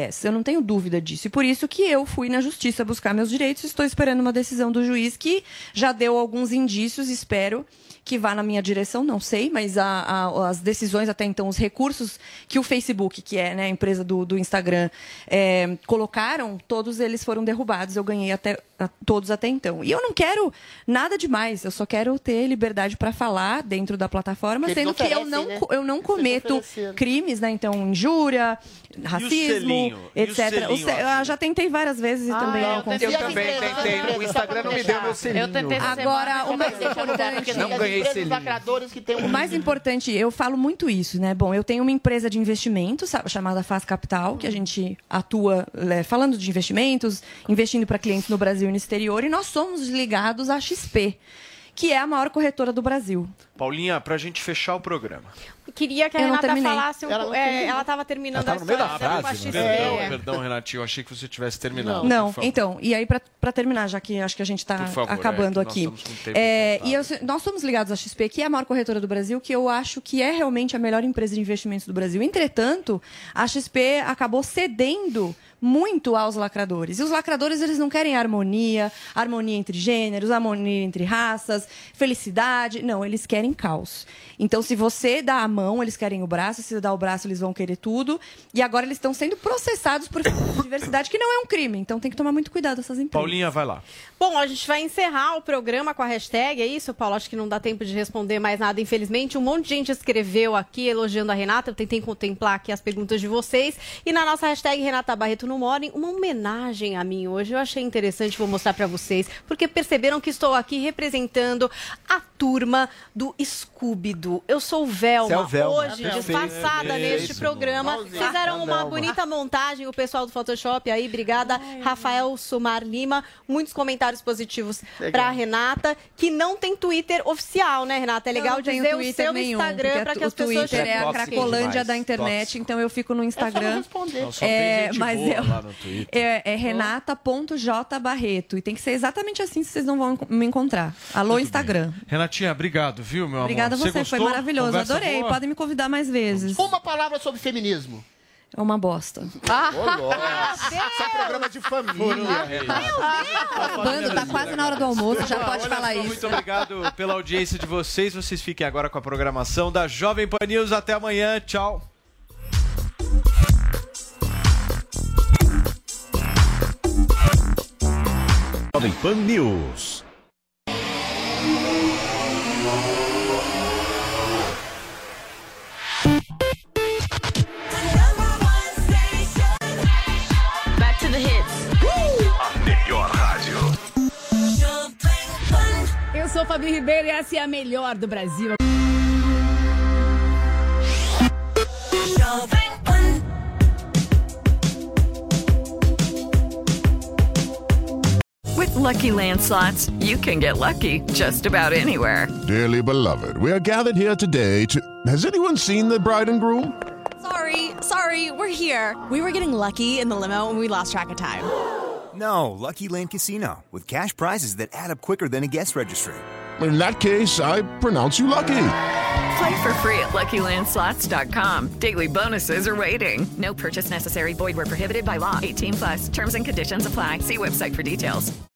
viés. Eu não tenho dúvida disso. E por isso que eu fui na justiça buscar meus direitos. Estou esperando uma decisão do juiz que já deu alguns indícios, espero que vá na minha direção, não sei, mas a, a, as decisões até então, os recursos que o Facebook, que é, né, a empresa do, do Instagram, é, colocaram, todos eles foram derrubados. Eu ganhei até, a, todos até então. E eu não quero nada demais, eu só quero ter liberdade para falar dentro da plataforma, Eles sendo que eu não, né? eu não cometo crimes, né? Então, injúria, racismo, selinho? E o etcétera. O selinho, ce- eu já tentei várias vezes e Ah, também eu não tentei- consegui. eu também tentei, o Instagram não me deu meu selinho. Eu tentei essa Agora, semana, o mais mas deixa eu mudar, porque importante... Não ganhei selinho. Lacradores que tem um O mais importante, eu falo muito isso, né? Bom, eu tenho uma empresa de investimentos sa- chamada Faz Capital, que a gente atua é, falando de investimentos, investindo para clientes no Brasil e no exterior, e nós somos ligados à X P, que é a maior corretora do Brasil. Paulinha, pra gente fechar o programa. Queria que a Eu não Renata terminei. falasse um Ela pouco. não É, terminou. ela estava terminando Ela tava a no meio da história dela com a frase, X P. né? Perdão, perdão, Renatinho, eu achei que você tivesse terminado. Não, por favor. então, e aí para terminar, já que acho que a gente está Por favor, acabando é, que aqui. nós estamos com tempo É, e eu- nós somos ligados à X P, que é a maior corretora do Brasil, que eu acho que é realmente a melhor empresa de investimentos do Brasil. Entretanto, a X P acabou cedendo muito aos lacradores. E os lacradores, eles não querem harmonia, harmonia entre gêneros, harmonia entre raças, felicidade. Não, eles querem caos. Então, se você dá a mão, eles querem o braço. Se você dá o braço, eles vão querer tudo. E agora eles estão sendo processados por diversidade, que não é um crime. Então, tem que tomar muito cuidado essas empresas. Paulinha, vai lá. Bom, a gente vai encerrar o programa com a hashtag, é isso, Paulo? Acho que não dá tempo de responder mais nada, infelizmente. Um monte de gente escreveu aqui, elogiando a Renata. Eu tentei contemplar aqui as perguntas de vocês. E na nossa hashtag Renata Barreto no Morning, uma homenagem a mim hoje. Eu achei interessante, vou mostrar pra vocês, porque perceberam que estou aqui representando a turma do Scooby-Doo. Eu sou Velma, Você é o Velma. hoje, Perfeito. disfarçada neste Isso, programa. igualzinho. Fizeram uma Velma. bonita montagem, o pessoal do Photoshop aí, obrigada, Rafael Sumar Lima. Muitos comentários positivos Legal. pra Renata, que não tem Twitter oficial, né, Renata? É Eu legal não tenho dizer o Twitter seu nenhum, Instagram porque pra que o as pessoas Twitter é a cheguem. cracolândia da internet, então eu fico no Instagram. responder. Não, só tem gente mas boa eu, lá no Twitter. é, é renata ponto j barreto. E tem que ser exatamente assim, se vocês não vão me encontrar. Alô, Instagram. Renatinha, obrigado, viu, meu Obrigada a amor? você, foi gostou? maravilhoso. Conversa Adorei. boa? Podem me convidar mais vezes. Uma palavra sobre feminismo. É uma bosta. Isso é programa de família. Bando, tá quase na hora do almoço, já pode Olha falar só, isso. Muito obrigado pela audiência de vocês. Vocês fiquem agora com a programação da Jovem Pan News. Até amanhã. Tchau. Jovem Pan News. Back to the hits. A melhor rádio. Eu sou Fabi Ribeiro e essa é a melhor do Brasil. With Lucky Land Slots, you can get lucky just about anywhere. Dearly beloved, we are gathered here today to... Has anyone seen the bride and groom? Sorry, sorry, we're here. We were getting lucky in the limo and we lost track of time. No, Lucky Land Casino, with cash prizes that add up quicker than a guest registry. In that case, I pronounce you lucky. Play for free at lucky land slots dot com. Daily bonuses are waiting. No purchase necessary. Void where prohibited by law. eighteen plus. Terms and conditions apply. See website for details.